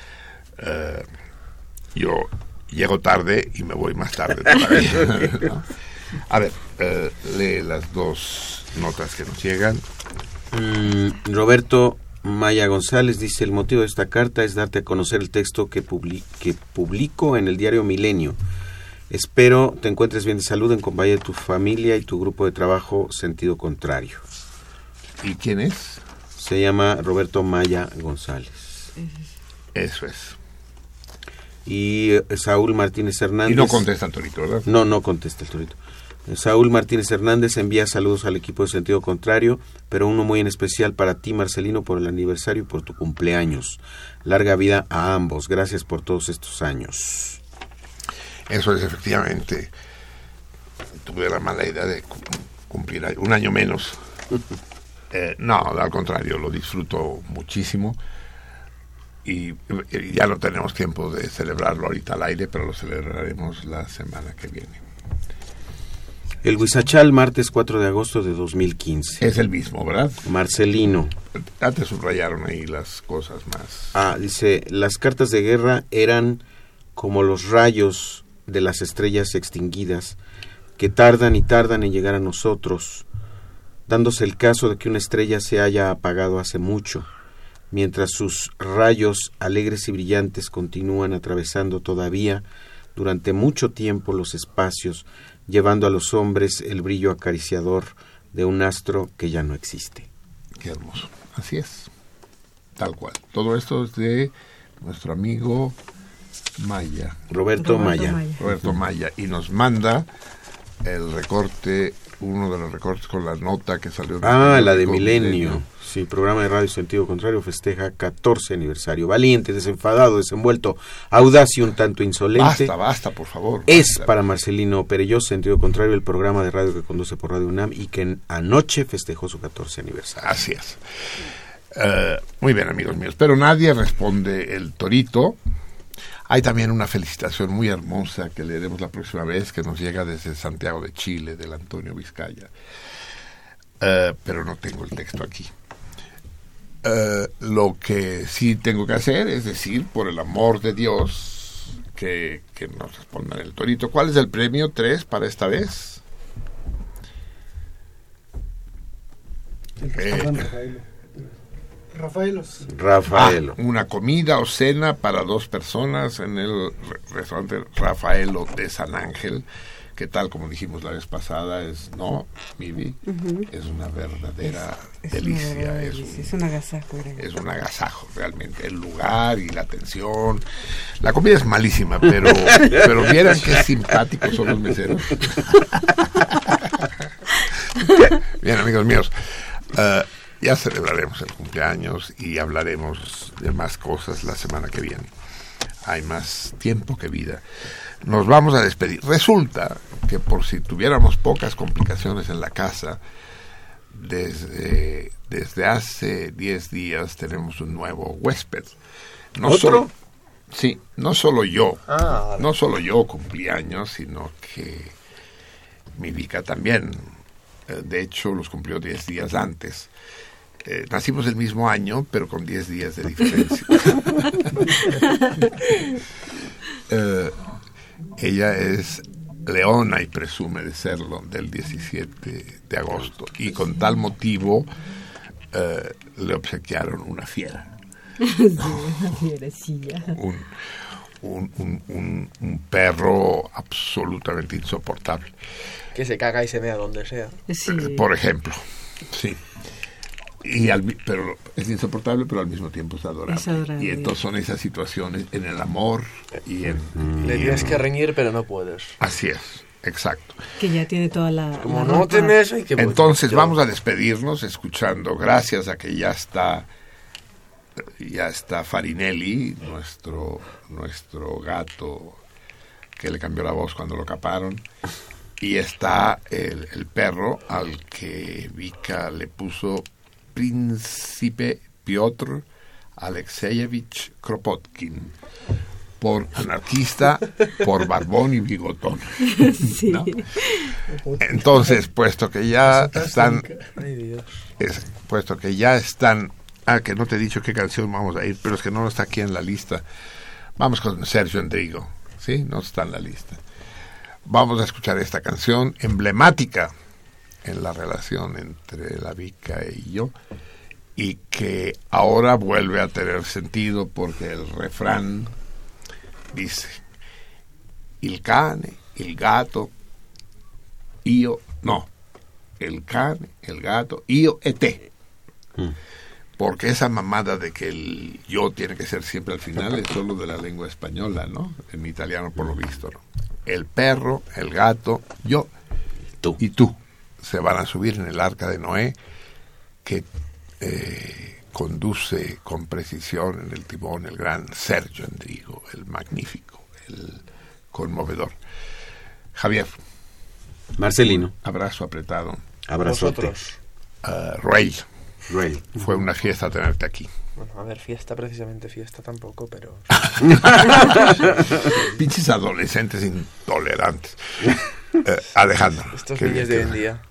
Speaker 2: yo llego tarde y me voy más tarde todavía. ¿No? A ver, lee las 2 notas que nos llegan.
Speaker 4: Roberto Maya González dice: el motivo de esta carta es darte a conocer el texto que publico en el diario Milenio. Espero te encuentres bien de salud en compañía de tu familia y tu grupo de trabajo Sentido Contrario.
Speaker 2: ¿Y quién es?
Speaker 4: Se llama Roberto Maya González.
Speaker 2: Eso es.
Speaker 4: Y Saúl Martínez Hernández...
Speaker 2: Y no contesta el Torito, ¿verdad?
Speaker 4: No contesta el Torito. Saúl Martínez Hernández envía saludos al equipo de Sentido Contrario, pero uno muy en especial para ti, Marcelino, por el aniversario y por tu cumpleaños. Larga vida a ambos. Gracias por todos estos años.
Speaker 2: Eso es, efectivamente. Tuve la mala idea de cumplir un año menos. No, al contrario, lo disfruto muchísimo. Y ya no tenemos tiempo de celebrarlo ahorita al aire, pero lo celebraremos la semana que viene.
Speaker 4: El Huizachal, martes 4 de agosto de 2015.
Speaker 2: Es el mismo, ¿verdad?
Speaker 4: Marcelino.
Speaker 2: Antes subrayaron ahí las cosas más.
Speaker 4: Dice, las cartas de guerra eran como los rayos de las estrellas extinguidas, que tardan y tardan en llegar a nosotros, dándose el caso de que una estrella se haya apagado hace mucho, mientras sus rayos alegres y brillantes continúan atravesando todavía durante mucho tiempo los espacios, llevando a los hombres el brillo acariciador de un astro que ya no existe.
Speaker 2: Qué hermoso. Así es. Tal cual. Todo esto es de nuestro amigo Maya.
Speaker 4: Roberto Maya.
Speaker 2: Roberto Maya. Y nos manda el recorte, uno de los recortes con la nota que salió.
Speaker 4: La de Milenio. Sí, programa de radio Sentido Contrario festeja 14 aniversario. Valiente, desenfadado, desenvuelto, audaz y un tanto insolente.
Speaker 2: Basta, por favor.
Speaker 4: Es para Marcelino Perelló, Sentido Contrario, el programa de radio que conduce por Radio UNAM y que anoche festejó su 14 aniversario.
Speaker 2: Así es. Muy bien, amigos míos. Pero nadie responde el Torito. Hay también una felicitación muy hermosa que leeremos la próxima vez, que nos llega desde Santiago de Chile, del Antonio Vizcaya. Pero no tengo el texto aquí. Lo que sí tengo que hacer es decir, por el amor de Dios, que nos respondan el Torito. ¿Cuál es el premio 3 para esta vez?
Speaker 6: Rafaelo.
Speaker 2: Una comida o cena para 2 personas en el restaurante Rafaelo de San Ángel, que tal como dijimos la vez pasada, es una verdadera delicia.
Speaker 8: Es un agasajo.
Speaker 2: Es un agasajo, realmente. El lugar y la atención. La comida es malísima, pero vieran qué simpáticos son los meseros. Bien, amigos míos. Ya celebraremos el cumpleaños y hablaremos de más cosas la semana que viene. Hay más tiempo que vida. Nos vamos a despedir. Resulta que por si tuviéramos pocas complicaciones en la casa, desde hace 10 días tenemos un nuevo huésped.
Speaker 4: ¿Otro?
Speaker 2: No solo yo cumplí años, sino que mi Vika también. De hecho, los cumplió 10 días antes. Nacimos el mismo año, pero con 10 días de diferencia. Ella es leona y presume de serlo, del 17 de agosto. Y con tal motivo le obsequiaron una fiera.
Speaker 8: Sí, una fierecilla.
Speaker 2: Un perro absolutamente insoportable.
Speaker 3: Que se caga y se vea donde sea.
Speaker 8: Sí.
Speaker 2: Por ejemplo, sí. Pero es insoportable, pero al mismo tiempo es adorable. Y entonces son esas situaciones en el amor y en...
Speaker 3: Le tienes que reñir, pero no puedes.
Speaker 2: Así es, exacto.
Speaker 8: Que ya tiene toda la...
Speaker 3: Como no tenés...
Speaker 2: Entonces vamos a despedirnos escuchando, gracias a que ya está Farinelli, nuestro gato que le cambió la voz cuando lo caparon, y está el perro al que Vika le puso Príncipe Piotr Alexeyevich Kropotkin, por anarquista, por barbón y bigotón.
Speaker 8: Sí.
Speaker 2: ¿No? Entonces, puesto que ya están, que no te he dicho qué canción vamos a ir, pero es que no está aquí en la lista. Vamos con Sergio Endrigo, ¿sí? No está en la lista. Vamos a escuchar esta canción emblemática en la relación entre la Vika y yo, y que ahora vuelve a tener sentido porque el refrán dice: il cane, il gatto, io, no, el cane, el gato, io e te. porque esa mamada de que el yo tiene que ser siempre al final es solo de la lengua española, ¿no? En italiano por lo visto, ¿no? El perro, el gato, yo y tú se van a subir en el arca de Noé que conduce con precisión en el timón el gran Sergio Endrigo, el magnífico, el conmovedor. Javier.
Speaker 4: Marcelino.
Speaker 2: Abrazo apretado.
Speaker 4: Abrazote.
Speaker 2: Ray.
Speaker 4: Ray.
Speaker 2: Fue una fiesta tenerte aquí.
Speaker 3: Bueno, a ver, precisamente fiesta tampoco, pero...
Speaker 2: Pinches adolescentes intolerantes. Alejandro.
Speaker 3: Estos niños de hoy en día.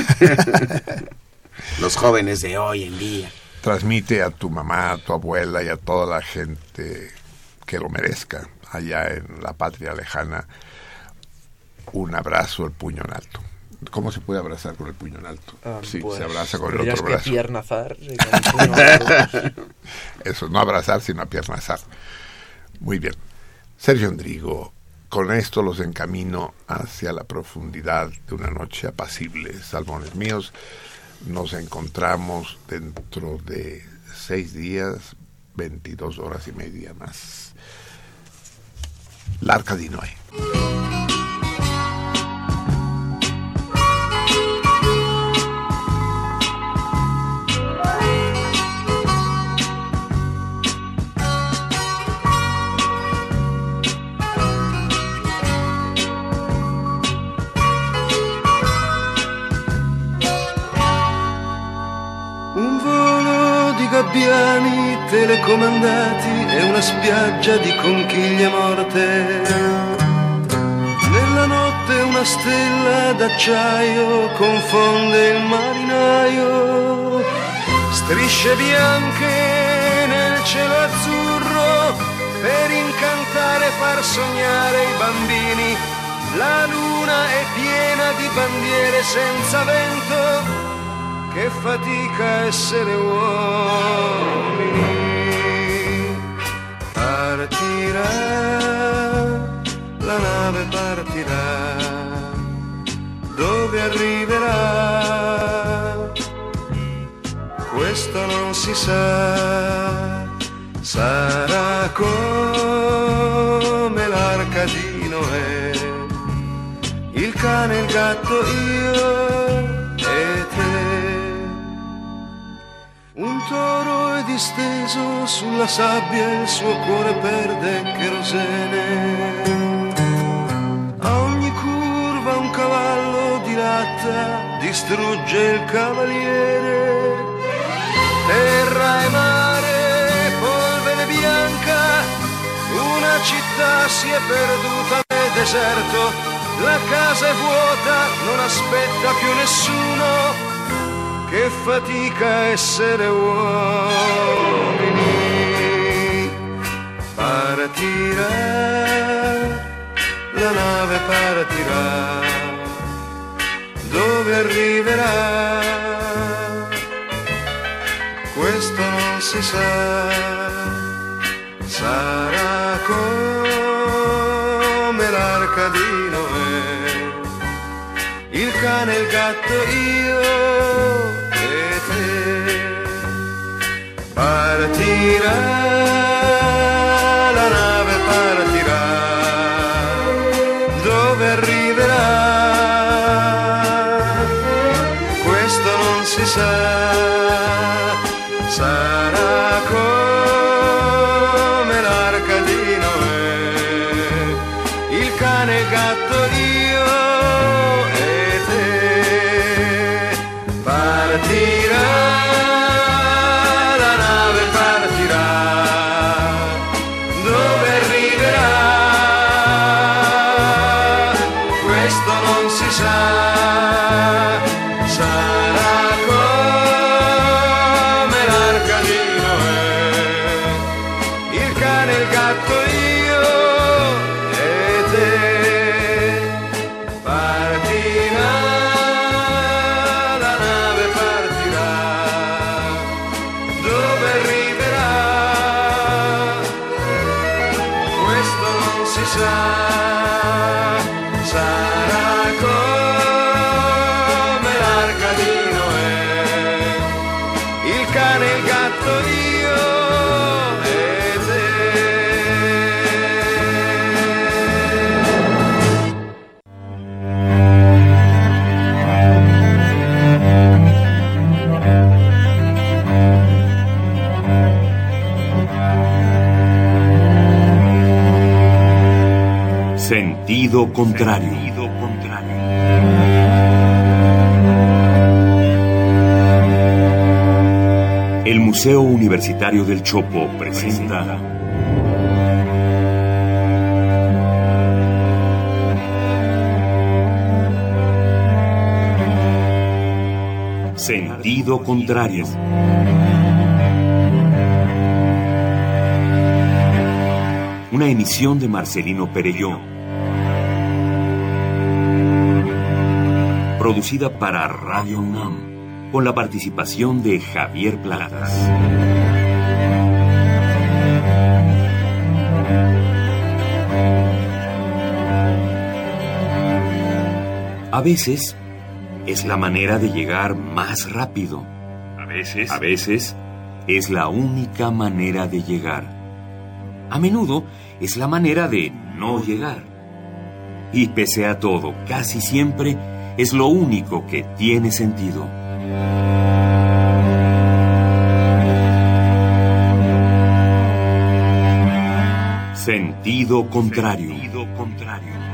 Speaker 4: Los jóvenes de hoy en día.
Speaker 2: Transmite a tu mamá, a tu abuela y a toda la gente que lo merezca allá en la patria lejana un abrazo, el puño en alto. ¿Cómo se puede abrazar con el puño en alto? Sí, pues, se abraza con el otro brazo.
Speaker 3: Apiernazar con el puño en alto.
Speaker 2: Eso, no abrazar, sino apiernazar. Muy bien. Sergio Endrigo, con esto los encamino hacia la profundidad de una noche apacible. Salmones míos, nos encontramos dentro de 6 días, 22 horas y media más. L'Arca di Noè.
Speaker 9: Gabbiani telecomandati e una spiaggia di conchiglie morte. Nella notte una stella d'acciaio confonde il marinaio. Strisce bianche nel cielo azzurro per incantare e far sognare i bambini. La luna è piena di bandiere senza vento. Che fatica essere uomini. Partirà, la nave partirà. Dove arriverà? Questo non si sa. Sarà come l'Arca di Noè. Il cane, il gatto, io e te. Un toro è disteso sulla sabbia, il suo cuore perde cherosene. A ogni curva un cavallo dilatta, distrugge il cavaliere. Terra e mare, polvere bianca, una città si è perduta nel deserto. La casa è vuota, non aspetta più nessuno. Che fatica essere uomini. Partirà, la nave partirà. Dove arriverà? Questo non si sa. Sarà come l'Arca di Noè. Il cane, il gatto, io. Partirà, la nave partirà, dove arriverà? Questo non si sa, sarà come l'Arca di Noè, il cane, il gatto, io e te. Partirà. cane, il gatto, io e te.
Speaker 1: Sentido contrario. El Museo Universitario del Chopo presenta Sentido contrario. Una emisión de Marcelino Perelló. Producida para Radio UNAM, con la participación de Javier Platas. A veces es la manera de llegar más rápido. A veces es la única manera de llegar. A menudo es la manera de no llegar. Y pese a todo, casi siempre es lo único que tiene sentido. Sentido contrario.